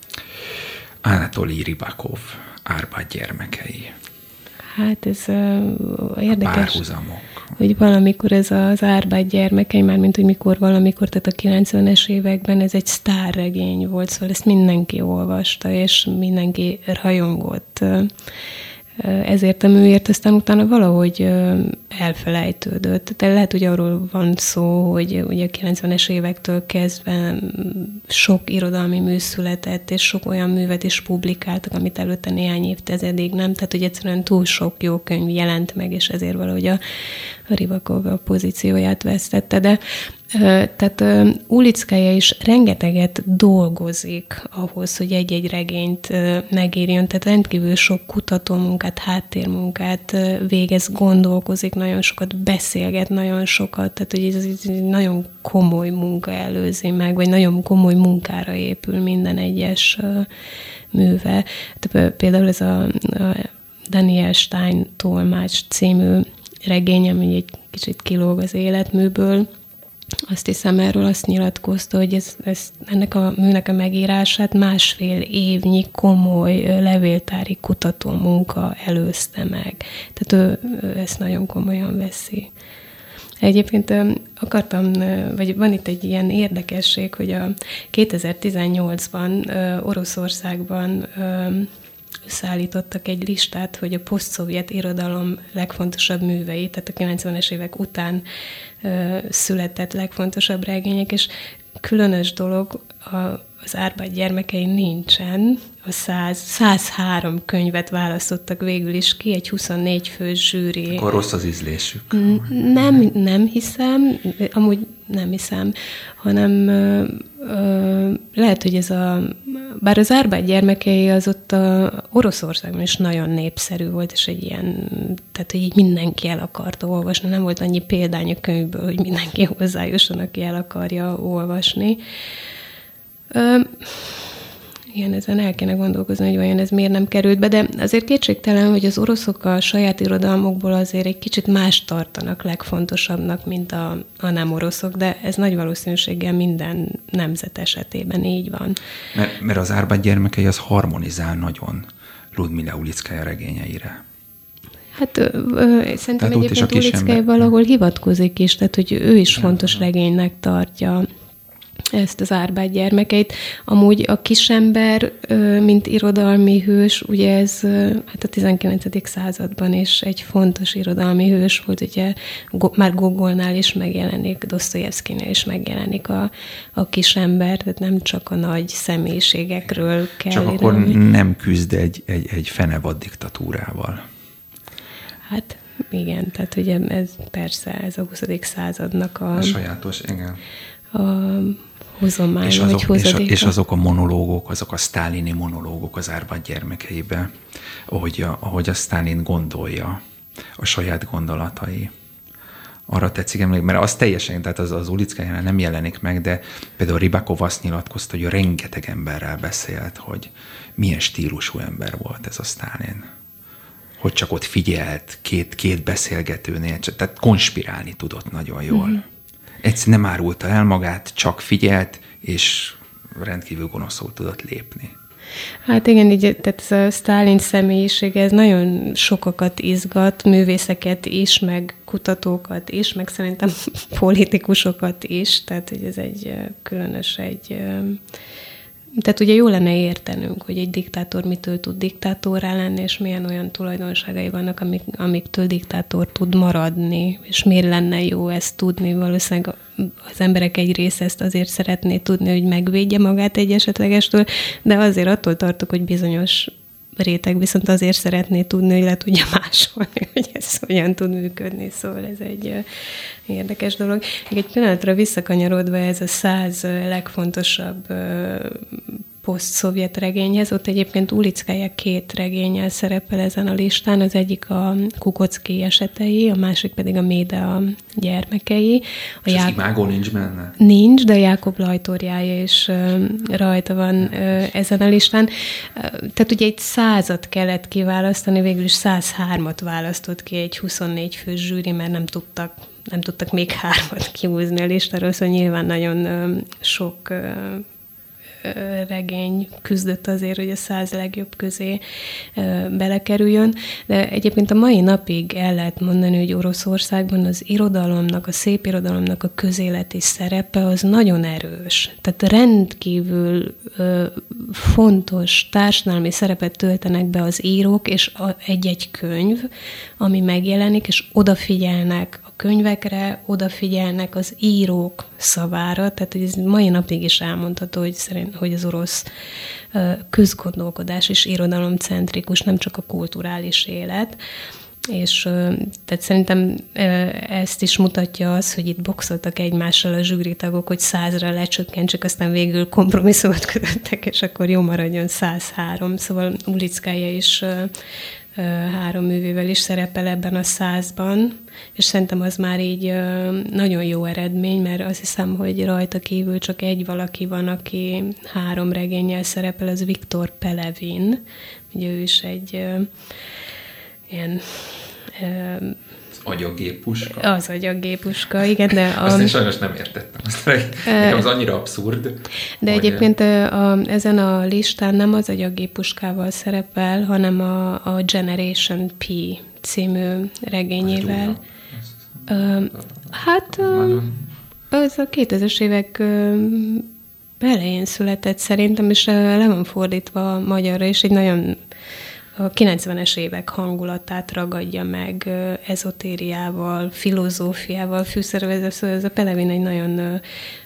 Anatolij Ribakov, Árpád gyermekei. Hát ez érdekes. A párhuzamok. Hogy valamikor ez az Árpád gyermekei, mármint hogy mikor valamikor, tehát a 90-es években ez egy sztárregény volt, szóval ezt mindenki olvasta, és mindenki rajongott ezért a műért, aztán utána valahogy elfelejtődött. Tehát lehet, hogy arról van szó, hogy ugye a 90-es évektől kezdve sok irodalmi mű született, és sok olyan művet is publikáltak, amit előtte néhány évtizedig nem. Tehát, hogy egyszerűen túl sok jó könyv jelent meg, és ezért valahogy a Ribakov a pozícióját vesztette. De tehát Ulickaja is rengeteget dolgozik ahhoz, hogy egy-egy regényt megírjon, tehát rendkívül sok kutatómunkát, háttérmunkát végez, gondolkozik, nagyon sokat beszélget, nagyon sokat, tehát hogy ez egy nagyon komoly munka előzi meg, vagy nagyon komoly munkára épül minden egyes műve. Tehát például ez a Daniel Stein Tolmács című regény, ami egy kicsit kilóg az életműből. Azt hiszem, erről azt nyilatkozta, hogy ennek a műnek a megírását 1,5 évnyi komoly levéltári kutatómunka előzte meg. Tehát ő ezt nagyon komolyan veszi. Egyébként vagy van itt egy ilyen érdekesség, hogy a 2018-ban Oroszországban összeállítottak egy listát, hogy a posztszovjet irodalom legfontosabb művei, tehát a 90-es évek után született legfontosabb regények, és különös dolog, az Árpád gyermekei nincsen, 103 könyvet választottak végül is ki, egy 24 fős zsűri. Akkor rossz az ízlésük. Nem hiszem, amúgy nem hiszem, hanem lehet, hogy bár az Árpád gyermekei az ott Oroszországban is nagyon népszerű volt, és egy ilyen, tehát hogy így mindenki el akarta olvasni, nem volt annyi példány a könyvből, hogy mindenki hozzájusson, aki el akarja olvasni. Igen, ezen el kéne gondolkozni, hogy vajon ez miért nem került be, de azért kétségtelen, hogy az oroszok a saját irodalmukból azért egy kicsit más tartanak legfontosabbnak, mint a nem oroszok, de ez nagy valószínűséggel minden nemzet esetében így van. Mert az Árpád gyermekei az harmonizál nagyon Ludmila Ulickaja regényeire. Hát szerintem egyébként Ulickaja valahol hivatkozik is, tehát hogy ő is fontos regénynek tartja ezt az Árpád gyermekeit. Amúgy a kisember, mint irodalmi hős, ugye ez hát a 19. században is egy fontos irodalmi hős volt, ugye már Gogolnál is megjelenik, Dosztojevszkinél is megjelenik a kisember, tehát nem csak a nagy személyiségekről kell csak írni. akkor nem küzd egy fenevad diktatúrával. Hát igen, tehát ugye ez persze, ez a 20. századnak a sajátos, igen. A hozomány, vagy hozadéka. És azok a monológok, azok a sztálini monológok az Árpád gyermekeiben, ahogy a Sztálin gondolja, a saját gondolatai. Arra tetszik emlékezni, mert az teljesen, tehát az Ulickájánál nem jelenik meg, de például Rybakov azt nyilatkozta, hogy rengeteg emberrel beszélt, hogy milyen stílusú ember volt ez a Sztálin. Hogy csak ott figyelt két beszélgetőnél, tehát konspirálni tudott nagyon jól. Mm-hmm. Egyszerűen nem árulta el magát, csak figyelt, és rendkívül gonoszul tudott lépni. Hát igen, így, tehát ez a Sztálin személyisége, ez nagyon sokakat izgat, művészeket is, meg kutatókat is, meg szerintem politikusokat is, tehát hogy ez egy különös tehát ugye jó lenne értenünk, hogy egy diktátor mitől tud diktátórá lenni, és milyen olyan tulajdonságai vannak, amiktől diktátor tud maradni, és miért lenne jó ezt tudni. Valószínűleg az emberek egy része ezt azért szeretné tudni, hogy megvédje magát egy esetlegestől, de azért attól tartok, hogy bizonyos réteg viszont azért szeretné tudni, hogy le tudja másolni, hogy ez hogyan tud működni. Szóval ez egy érdekes dolog. Egy pillanatra visszakanyarodva ez a 100 legfontosabb poszt-szovjet regényhez, ott egyébként Ulickája 2 regénnyel szerepel ezen a listán, az egyik a Kukocki esetei, a másik pedig a Méda gyermekei. És az Imágó nincs benne? Nincs, de Jákob Lajtorjája is rajta van ezen a listán. Tehát ugye egy 100-at kellett kiválasztani, végül is 103-at választott ki egy 24 fős zsűri, mert nem tudtak még 3-at kihúzni a listáról, szóval nyilván nagyon sok regény küzdött azért, hogy a 100 legjobb közé belekerüljön, de egyébként a mai napig el lehet mondani, hogy Oroszországban az irodalomnak, a szép irodalomnak a közéleti szerepe az nagyon erős. Tehát rendkívül fontos társadalmi szerepet töltenek be az írók, és egy-egy könyv, ami megjelenik, és odafigyelnek a könyvekre, odafigyelnek az írók szavára, tehát hogy ez mai napig is elmondható, hogy az orosz közgondolkodás és irodalomcentrikus, nem csak a kulturális élet. És tehát szerintem ezt is mutatja az, hogy itt boxoltak egymással a zsűritagok, hogy 100-ra lecsökkentsük, aztán végül kompromisszumot kötöttek, és akkor jó maradjon 103. Szóval Ulickája is 3 művével is szerepel ebben a 100-ban, és szerintem az már így nagyon jó eredmény, mert azt hiszem, hogy rajta kívül csak egy valaki van, aki 3 regénnyel szerepel, az Viktor Pelevin. Ugye ő is egy ilyen... Az agyaggéppuska. Az agyaggéppuska, igen, de... Azt én sajnos nem értettem. Nekem az annyira abszurd. De egyébként ezen a listán nem az agyaggéppuskával szerepel, hanem a Generation P című regényével. Hát az a 2000-es évek elején született szerintem, és le van fordítva magyarra, és egy nagyon a 90-es évek hangulatát ragadja meg ezotériával, filozófiával fűszervezve, szóval ez a Pelevin egy nagyon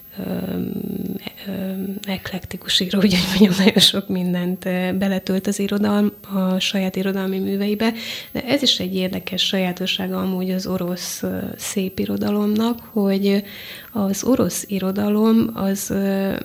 eklektikus író, úgy mondjam, nagyon sok mindent beletölt az a saját irodalmi műveibe, de ez is egy érdekes sajátossága amúgy az orosz szép irodalomnak, hogy az orosz irodalom az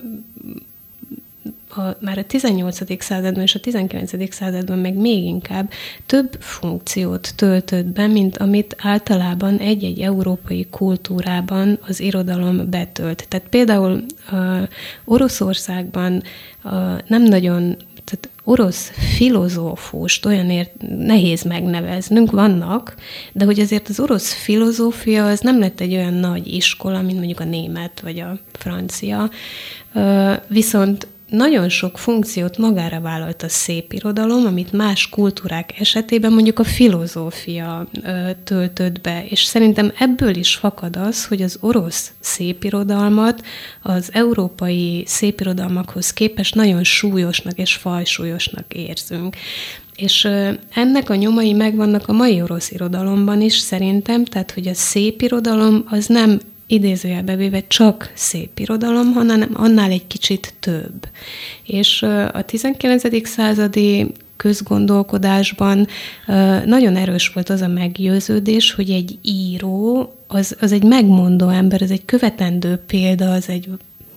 már a 18. században és a 19. században meg még inkább több funkciót töltött be, mint amit általában egy-egy európai kultúrában az irodalom betölt. Tehát például Oroszországban nem nagyon, tehát orosz filozófust olyan nehéz megneveznünk, vannak, de hogy azért az orosz filozófia az nem lett egy olyan nagy iskola, mint mondjuk a német vagy a francia, viszont nagyon sok funkciót magára vállalt a szépirodalom, amit más kultúrák esetében mondjuk a filozófia töltött be, és szerintem ebből is fakad az, hogy az orosz szépirodalmat az európai szépirodalmakhoz képest nagyon súlyosnak és fajsúlyosnak érzünk. És ennek a nyomai megvannak a mai orosz irodalomban is szerintem, tehát hogy a szépirodalom az nem idézőjelbe véve csak szépirodalom, hanem annál egy kicsit több. És a 19. századi közgondolkodásban nagyon erős volt az a meggyőződés, hogy egy író az egy megmondó ember, az egy követendő példa, az egy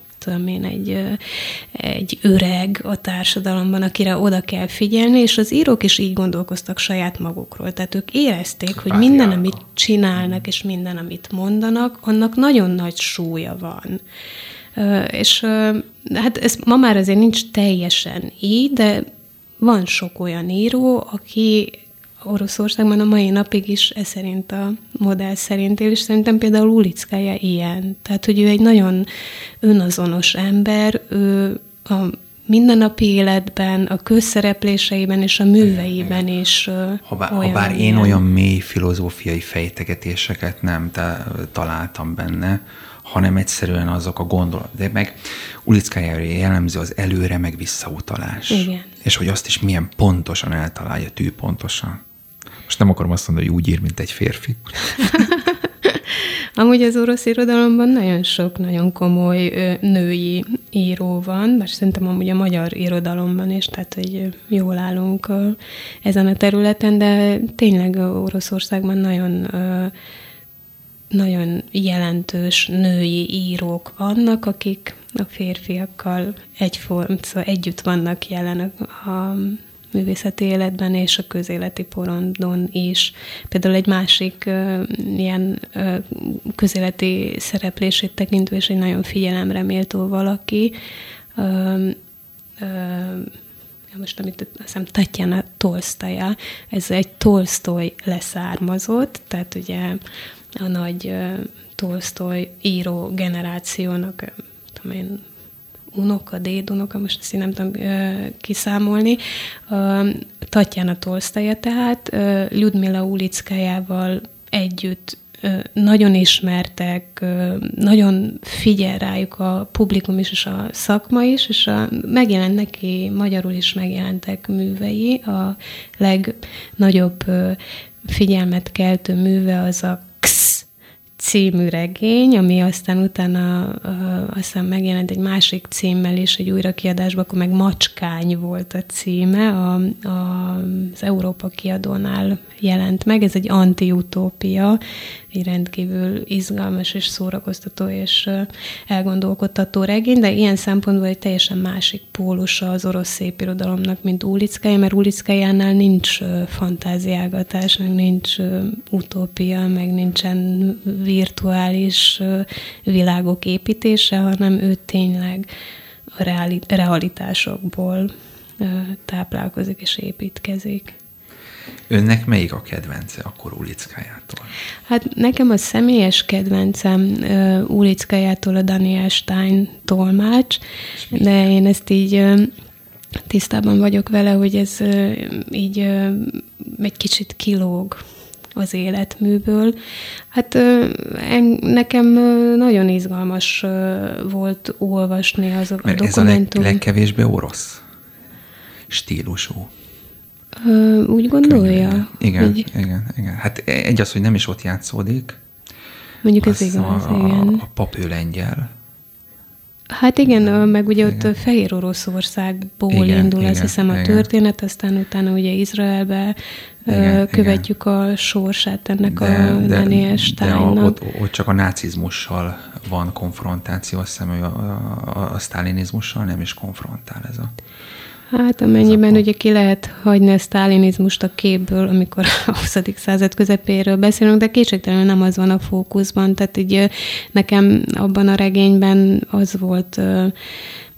egy öreg a társadalomban, akire oda kell figyelni, és az írók is így gondolkoztak saját magukról. Tehát ők érezték, hogy minden, amit csinálnak, és minden, amit mondanak, annak nagyon nagy súlya van. És hát ez ma már azért nincs teljesen így, de van sok olyan író, aki Oroszországban a mai napig is ez szerint a modell szerint él, és szerintem például Ulickaja ilyen. Tehát, hogy ő egy nagyon önazonos ember, ő a mindennapi életben, a közszerepléseiben és a műveiben is Habár én olyan mély filozófiai fejtegetéseket nem találtam benne, hanem egyszerűen azok a gondolatok. De meg Ulickajára jellemző az előre, meg visszautalás. Igen. És hogy azt is milyen pontosan eltalálja, tűpontosan. Most nem akarom azt mondani, hogy úgy ír, mint egy férfi. Amúgy az orosz irodalomban nagyon sok, nagyon komoly női író van, bár szerintem amúgy a magyar irodalomban is, tehát hogy jól állunk ezen a területen, de tényleg Oroszországban nagyon jelentős női írók vannak, akik a férfiakkal szóval együtt vannak jelen a művészeti életben és a közéleti porondon is. Például egy másik ilyen közéleti szereplését tekintve, és egy nagyon figyelemre méltó valaki, most amit azt hiszem Tatjana Tolsztaja, ez egy Tolsztoj leszármazott, tehát ugye a nagy Tolsztoj író generációnak, tudom én, unoka, dédunoka, most ezt én nem tudom kiszámolni. Tatjana Tolsztaja tehát Ljudmila Ulickajával együtt nagyon ismertek, nagyon figyel rájuk a publikum is, és a szakma is, és megjelent neki, magyarul is megjelentek művei. A legnagyobb figyelmet keltő műve az a Ksz című regény, ami aztán utána aztán megjelent egy másik címmel is, egy újrakiadásban, akkor meg Macskány volt a címe, az Európa kiadónál jelent meg. Ez egy antiutópia, egy rendkívül izgalmas és szórakoztató és elgondolkodtató regény, de ilyen szempontból egy teljesen másik pólusa az orosz szépirodalomnak, mint Ulickaja, mert Ulickajánál nincs fantáziálgatás, meg nincs utópia, meg nincsen virtuális világok építése, hanem ő tényleg a realitásokból táplálkozik és építkezik. Önnek melyik a kedvence akkor Ulickajától? Hát nekem a személyes kedvencem Ulickajától a Daniel Stein tolmács, de én ezt így tisztában vagyok vele, hogy ez így egy kicsit kilóg az életműből. Hát nekem nagyon izgalmas volt olvasni az a dokumentum. Ez a legkevésbé orosz stílusú. Úgy gondolja? Igen. Hát egy az, hogy nem is ott játszódik. Mondjuk ez igaz, igen. A pap ő lengyel. Hát igen, meg ugye ott Fehér Oroszországból indul, azt hiszem a történet, aztán utána ugye Izraelbe követjük a sorsát ennek a Daniel Steinnak. De ott csak a nácizmussal van konfrontáció, azt hiszem, hogy a sztálinizmussal nem is konfrontál ez a... Hát amennyiben ugye ki lehet hagyni a sztálinizmust a képből, amikor a 20. század közepéről beszélünk, de kétségtelenül nem az van a fókuszban. Tehát így nekem abban a regényben az volt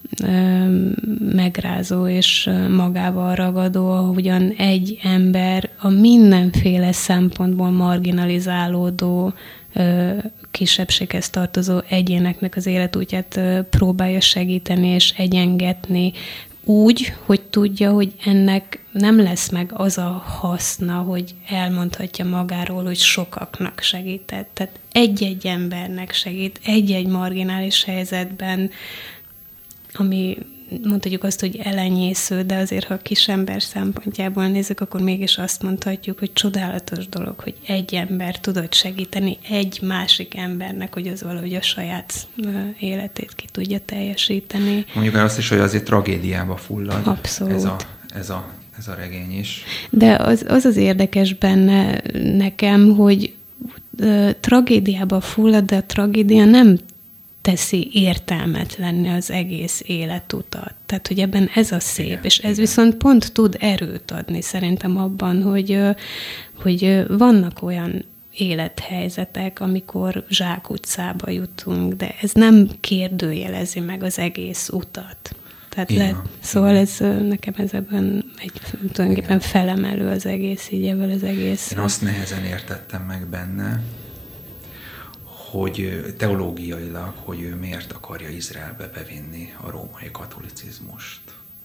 megrázó és magával ragadó, ahogyan egy ember a mindenféle szempontból marginalizálódó, kisebbséghez tartozó egyéneknek az életútját próbálja segíteni és egyengetni úgy, hogy tudja, hogy ennek nem lesz meg az a haszna, hogy elmondhatja magáról, hogy sokaknak segített. Tehát egy-egy embernek segít, egy-egy marginális helyzetben, ami mondhatjuk azt, hogy elenyésző, de azért, ha a kisember szempontjából nézzük, akkor mégis azt mondhatjuk, hogy csodálatos dolog, hogy egy ember tudott segíteni egy másik embernek, hogy az valahogy a saját életét ki tudja teljesíteni. Mondjuk el azt is, hogy azért tragédiába fullad. Abszolút. Ez a regény is. De az érdekes benne nekem, hogy tragédiába fullad, de a tragédia nem teszi értelmetlenni az egész életutat. Tehát, hogy ebben ez a szép, igen, és ez igen. Viszont pont tud erőt adni szerintem abban, hogy vannak olyan élethelyzetek, amikor zsákutcába jutunk, de ez nem kérdőjelezi meg az egész utat. Tehát szóval ez nekem ez ebben tulajdonképpen felemelő az egész, így ebből az egész. Én azt nehezen értettem meg benne, hogy teológiailag, hogy ő miért akarja Izraelbe bevinni a római katolicizmust.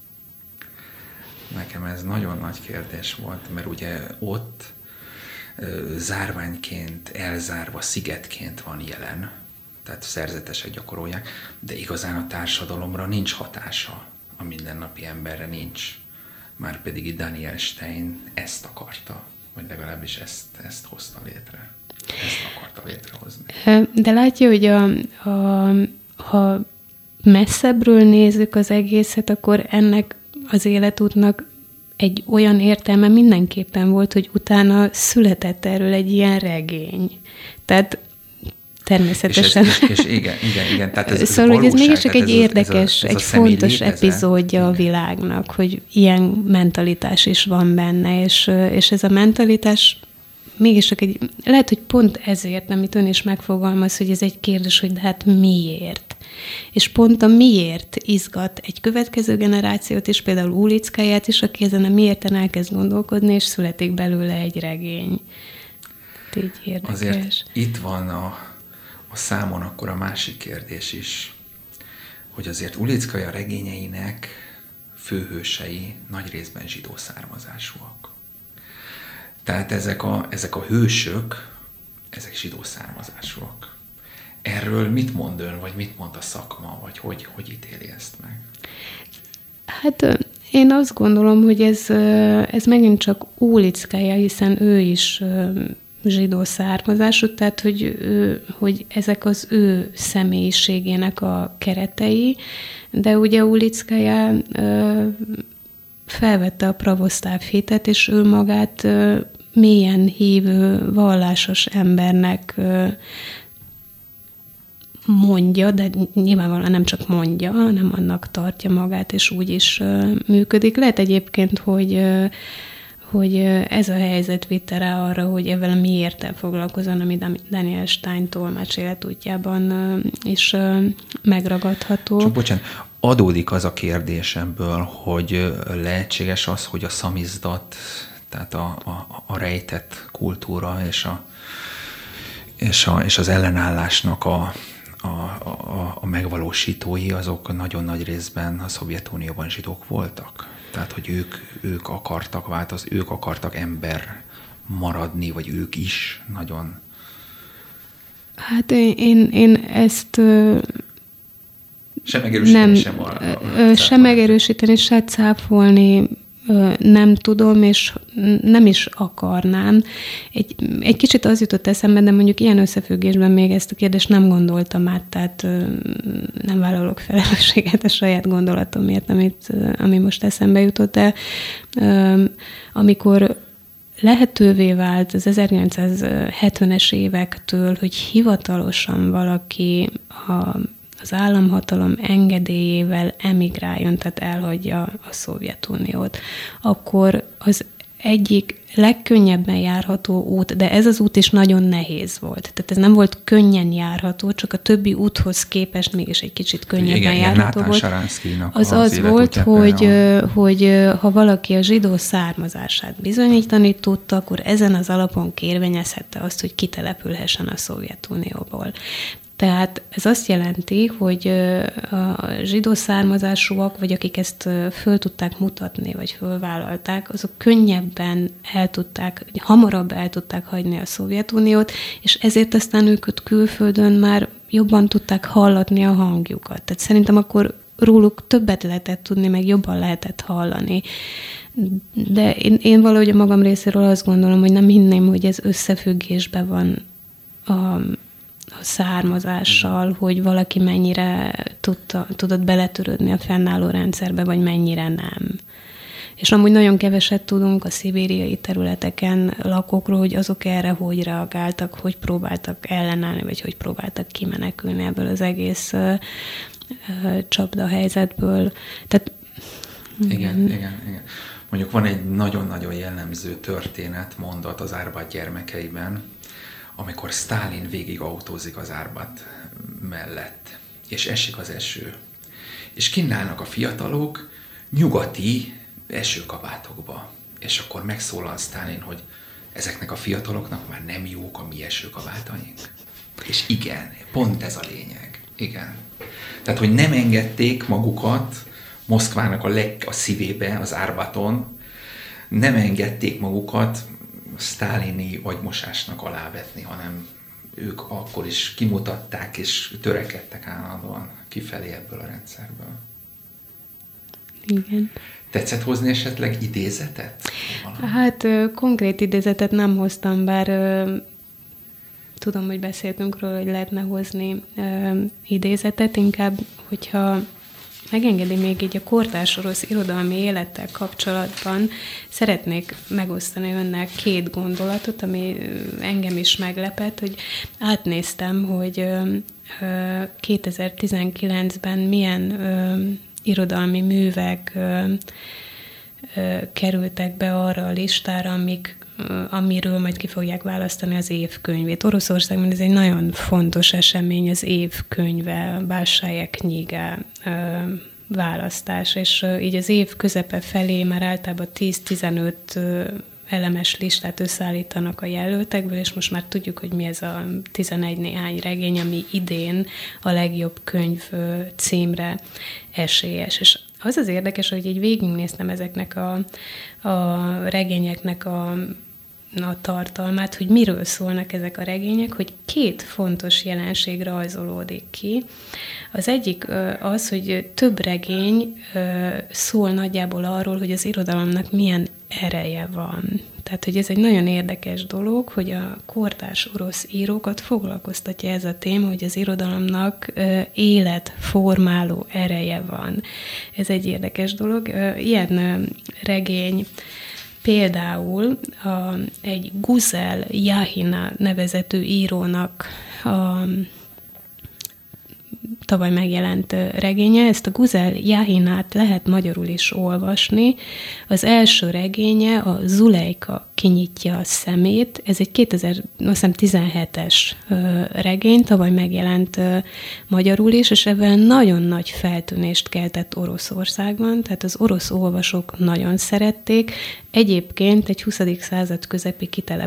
Nekem ez nagyon nagy kérdés volt, mert ugye ott zárványként, elzárva, szigetként van jelen, tehát szerzetesek gyakorolják, de igazán a társadalomra nincs hatása, a mindennapi emberre nincs. Márpedig itt Daniel Stein ezt akarta, vagy legalábbis ezt hozta létre. Ezt akarta létrehozni. De látja, hogy ha messzebbről nézzük az egészet, akkor ennek az életútnak egy olyan értelme mindenképpen volt, hogy utána született erről egy ilyen regény. Tehát természetesen. És igen. Tehát ez szóval, hogy ez mégis csak egy érdekes, egy fontos epizódja a világnak, hogy ilyen mentalitás is van benne, és ez a mentalitás mégis csak lehet, hogy pont ezért, amit ön is megfogalmaz, hogy ez egy kérdés, hogy de hát miért? És pont a miért izgat egy következő generációt is, például Ulickáját is, aki ezen a miérten elkezd gondolkodni, és születik belőle egy regény. Így érdekes. Azért itt van a számon akkor a másik kérdés is, hogy azért Ulickaja regényeinek főhősei nagy részben zsidó származásúak. Tehát ezek a hősök, ezek zsidó származásúak. Erről mit mond ön, vagy mit mond a szakma, vagy hogy ítéli ezt meg? Hát én azt gondolom, hogy ez megint csak Ulickája, hiszen ő is zsidó származású, tehát hogy ezek az ő személyiségének a keretei, de ugye Ulickája felvette a pravoszláv hitet, és ő magát mélyen hívő, vallásos embernek mondja, de nyilvánvalóan nem csak mondja, hanem annak tartja magát, és úgy is működik. Lehet egyébként, hogy ez a helyzet vitte rá arra, hogy ezzel miért foglalkozon, ami Daniel Stein tolmács életútjában is megragadható. Csak bocsánat, adódik az a kérdésemből, hogy lehetséges az, hogy a szamizdat, tehát a rejtett kultúra és az ellenállásnak a megvalósítói, azok nagyon nagy részben a Szovjetunióban zsidók voltak. Tehát, hogy ők akartak változni, ők akartak ember maradni, vagy ők is nagyon. Hát én ezt sem megerősíteni, sem megerősíteni, se cáfolni nem tudom, és nem is akarnám. Egy kicsit az jutott eszembe, de mondjuk ilyen összefüggésben még ezt a kérdést nem gondoltam át, tehát nem vállalok felelősséget a saját gondolatomért, ami most eszembe jutott, de amikor lehetővé vált az 1970-es évektől, hogy hivatalosan valaki az államhatalom engedélyével emigráljon, tehát elhagyja a Szovjetuniót, akkor az egyik legkönnyebben járható út, de ez az út is nagyon nehéz volt. Tehát ez nem volt könnyen járható, csak a többi úthoz képest mégis egy kicsit könnyebben járható volt. Az volt, hogy ha valaki a zsidó származását bizonyítani tudta, akkor ezen az alapon kérvényezhette azt, hogy kitelepülhessen a Szovjetunióból. Tehát ez azt jelenti, hogy a zsidó származásúak, vagy akik ezt föl tudták mutatni, vagy fölvállalták, azok könnyebben hamarabb el tudták hagyni a Szovjetuniót, és ezért aztán ők külföldön már jobban tudták hallatni a hangjukat. Tehát szerintem akkor róluk többet lehetett tudni, meg jobban lehetett hallani. De én valahogy a magam részéről azt gondolom, hogy nem hinném, hogy ez összefüggésben van a származással, hogy valaki mennyire tudott beletörődni a fennálló rendszerbe, vagy mennyire nem. És amúgy nagyon keveset tudunk a szibériai területeken lakókról, hogy azok erre hogy reagáltak, hogy próbáltak ellenállni, vagy hogy próbáltak kimenekülni ebből az egész csapdahelyzetből. Tehát, igen. Mondjuk van egy nagyon-nagyon jellemző történet, mondat az Árpád gyermekeiben, amikor Sztálin végig autózik az Árpád mellett, és esik az eső. És kínálnak a fiatalok nyugati esőkabátokba. És akkor megszólal Sztálin, hogy ezeknek a fiataloknak már nem jók a mi esőkabátaink. És igen, pont ez a lényeg. Igen. Tehát, hogy nem engedték magukat Moszkvának a szívébe, az Árpádon, nem engedték magukat sztálini agymosásnak alávetni, hanem ők akkor is kimutatták és törekedtek állandóan kifelé ebből a rendszerből. Igen. Tetszett hozni esetleg idézetet? Hát konkrét idézetet nem hoztam, bár tudom, hogy beszéltünk róla, hogy lehetne hozni idézetet, inkább, hogyha megengedi még így a kortárs orosz irodalmi élettel kapcsolatban, szeretnék megosztani önnek 2 gondolatot, ami engem is meglepett, hogy átnéztem, hogy 2019-ben milyen irodalmi művek kerültek be arra a listára, amiről majd ki fogják választani az évkönyvét. Oroszországban ez egy nagyon fontos esemény, az évkönyve, a Balshaja Knyiga választás, és így az év közepe felé már általában 10-15 elemes listát összeállítanak a jelöltekből, és most már tudjuk, hogy mi ez a 11 néhány regény, ami idén a legjobb könyv címre esélyes. És az az érdekes, hogy így végignéztem ezeknek a regényeknek a tartalmát, hogy miről szólnak ezek a regények, hogy 2 fontos jelenség rajzolódik ki. Az egyik az, hogy több regény szól nagyjából arról, hogy az irodalomnak milyen ereje van. Tehát, hogy ez egy nagyon érdekes dolog, hogy a kortárs orosz írókat foglalkoztatja ez a téma, hogy az irodalomnak életformáló ereje van. Ez egy érdekes dolog. Ilyen regény például egy Guzel Jahina nevezetű írónak a tavaly megjelent regénye. Ezt a Guzel Jahinát lehet magyarul is olvasni. Az első regénye a Zulejka kinyitja a szemét. Ez egy 2017-es regény, tavaly megjelent magyarul is, és ebben nagyon nagy feltűnést keltett Oroszországban, tehát az orosz olvasók nagyon szerették. Egyébként egy 20. század közepi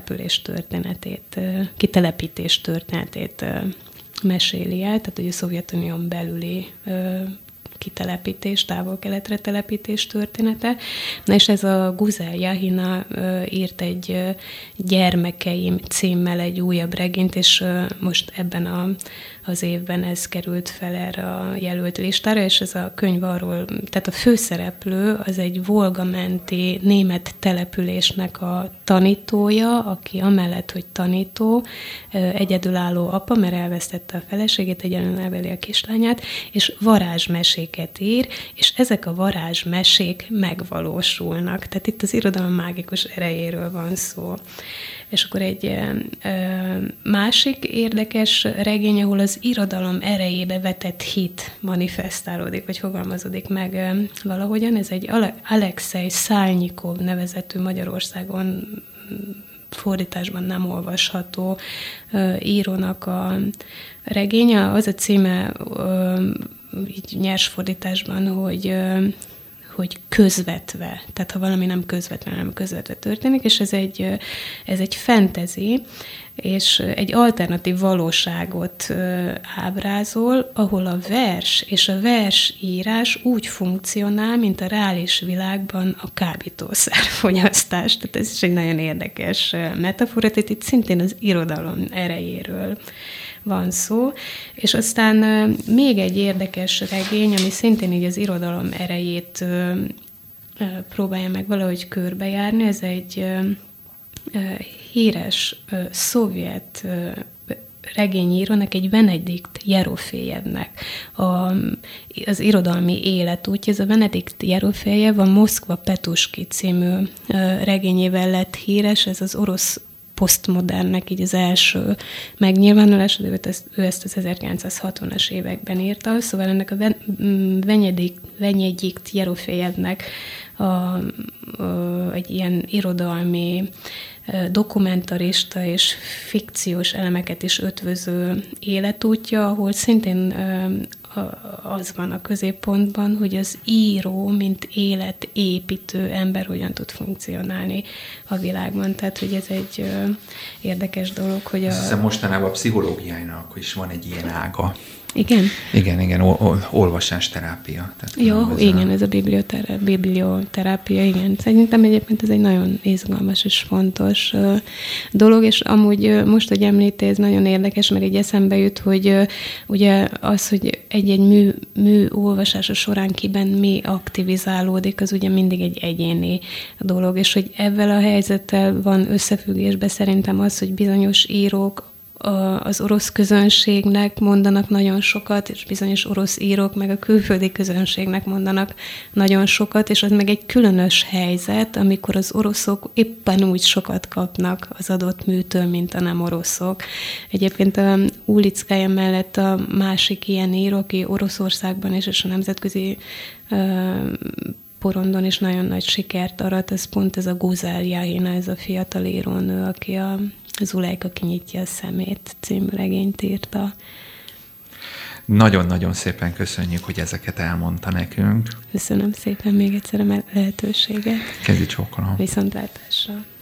kitelepítés történetét meséli el, tehát hogy a Szovjetunión belüli kitelepítés, távol-keletre telepítés története. Na és ez a Guzel Jahina írt egy Gyermekeim címmel egy újabb regényt, és most ebben az évben ez került fel erre a jelölt listára, és ez a könyv arról, tehát a főszereplő az egy volgamenti német településnek a tanítója, aki amellett, hogy tanító, egyedülálló apa, mert elvesztette a feleségét, egyedül neveli a kislányát, és varázsmeséket ír, és ezek a varázsmesék megvalósulnak. Tehát itt az irodalom mágikus erejéről van szó. És akkor egy másik érdekes regény, ahol az irodalom erejébe vetett hit manifestálódik, vagy fogalmazódik meg valahogyan. Ez egy Alexei Szálnyikov nevezetű, Magyarországon fordításban nem olvasható írónak a regénye. Az a címe így nyers fordításban, hogy közvetve, tehát ha valami nem közvetve történik, és ez egy fantasy, és egy alternatív valóságot ábrázol, ahol a vers és a versírás úgy funkcionál, mint a reális világban a kábítószerfogyasztás. Tehát ez is egy nagyon érdekes metafora, tehát itt szintén az irodalom erejéről van szó, és aztán még egy érdekes regény, ami szintén így az irodalom erejét próbálja meg valahogy körbejárni, ez egy híres szovjet regényírónak, egy Venedikt Jerofejevnek az irodalmi életútja. Ez a Venedikt Jerofejev a Moszkva Petuski című regényével lett híres, ez az orosz posztmodernnek így az első megnyilvánulás, ő ezt az 1960-as években írta, szóval ennek a Venedikt Jerofejevnek egy ilyen irodalmi dokumentarista és fikciós elemeket is ötvöző életútja, ahol szintén az van a középpontban, hogy az író, mint életépítő ember hogyan tud funkcionálni a világban. Tehát, hogy ez egy érdekes dolog, hogy Azt hiszem, mostanában a pszichológiának is van egy ilyen ága. Igen? Igen, olvasásterápia. Igen, ez a biblioterápia, igen. Szerintem egyébként ez egy nagyon izgalmas és fontos dolog, és amúgy most, hogy említi, ez nagyon érdekes, mert így eszembe jut, hogy ugye az, hogy egy-egy mű olvasása során kiben mi aktivizálódik, az ugye mindig egy egyéni dolog, és hogy ezzel a helyzettel van összefüggésben szerintem az, hogy bizonyos írók az orosz közönségnek mondanak nagyon sokat, és bizonyos orosz írók meg a külföldi közönségnek mondanak nagyon sokat, és az meg egy különös helyzet, amikor az oroszok éppen úgy sokat kapnak az adott műtől, mint a nem oroszok. Egyébként a Ulickaja mellett a másik ilyen író, aki Oroszországban is, és a nemzetközi porondon is nagyon nagy sikert arat, ez pont ez a Guzel Jahina, ez a fiatal írónő, aki a Zulejka kinyitja a szemét című regényt írta. Nagyon-nagyon szépen köszönjük, hogy ezeket elmondta nekünk. Köszönöm szépen még egyszer a lehetőséget. Kezi csókolom. Viszontlátásra.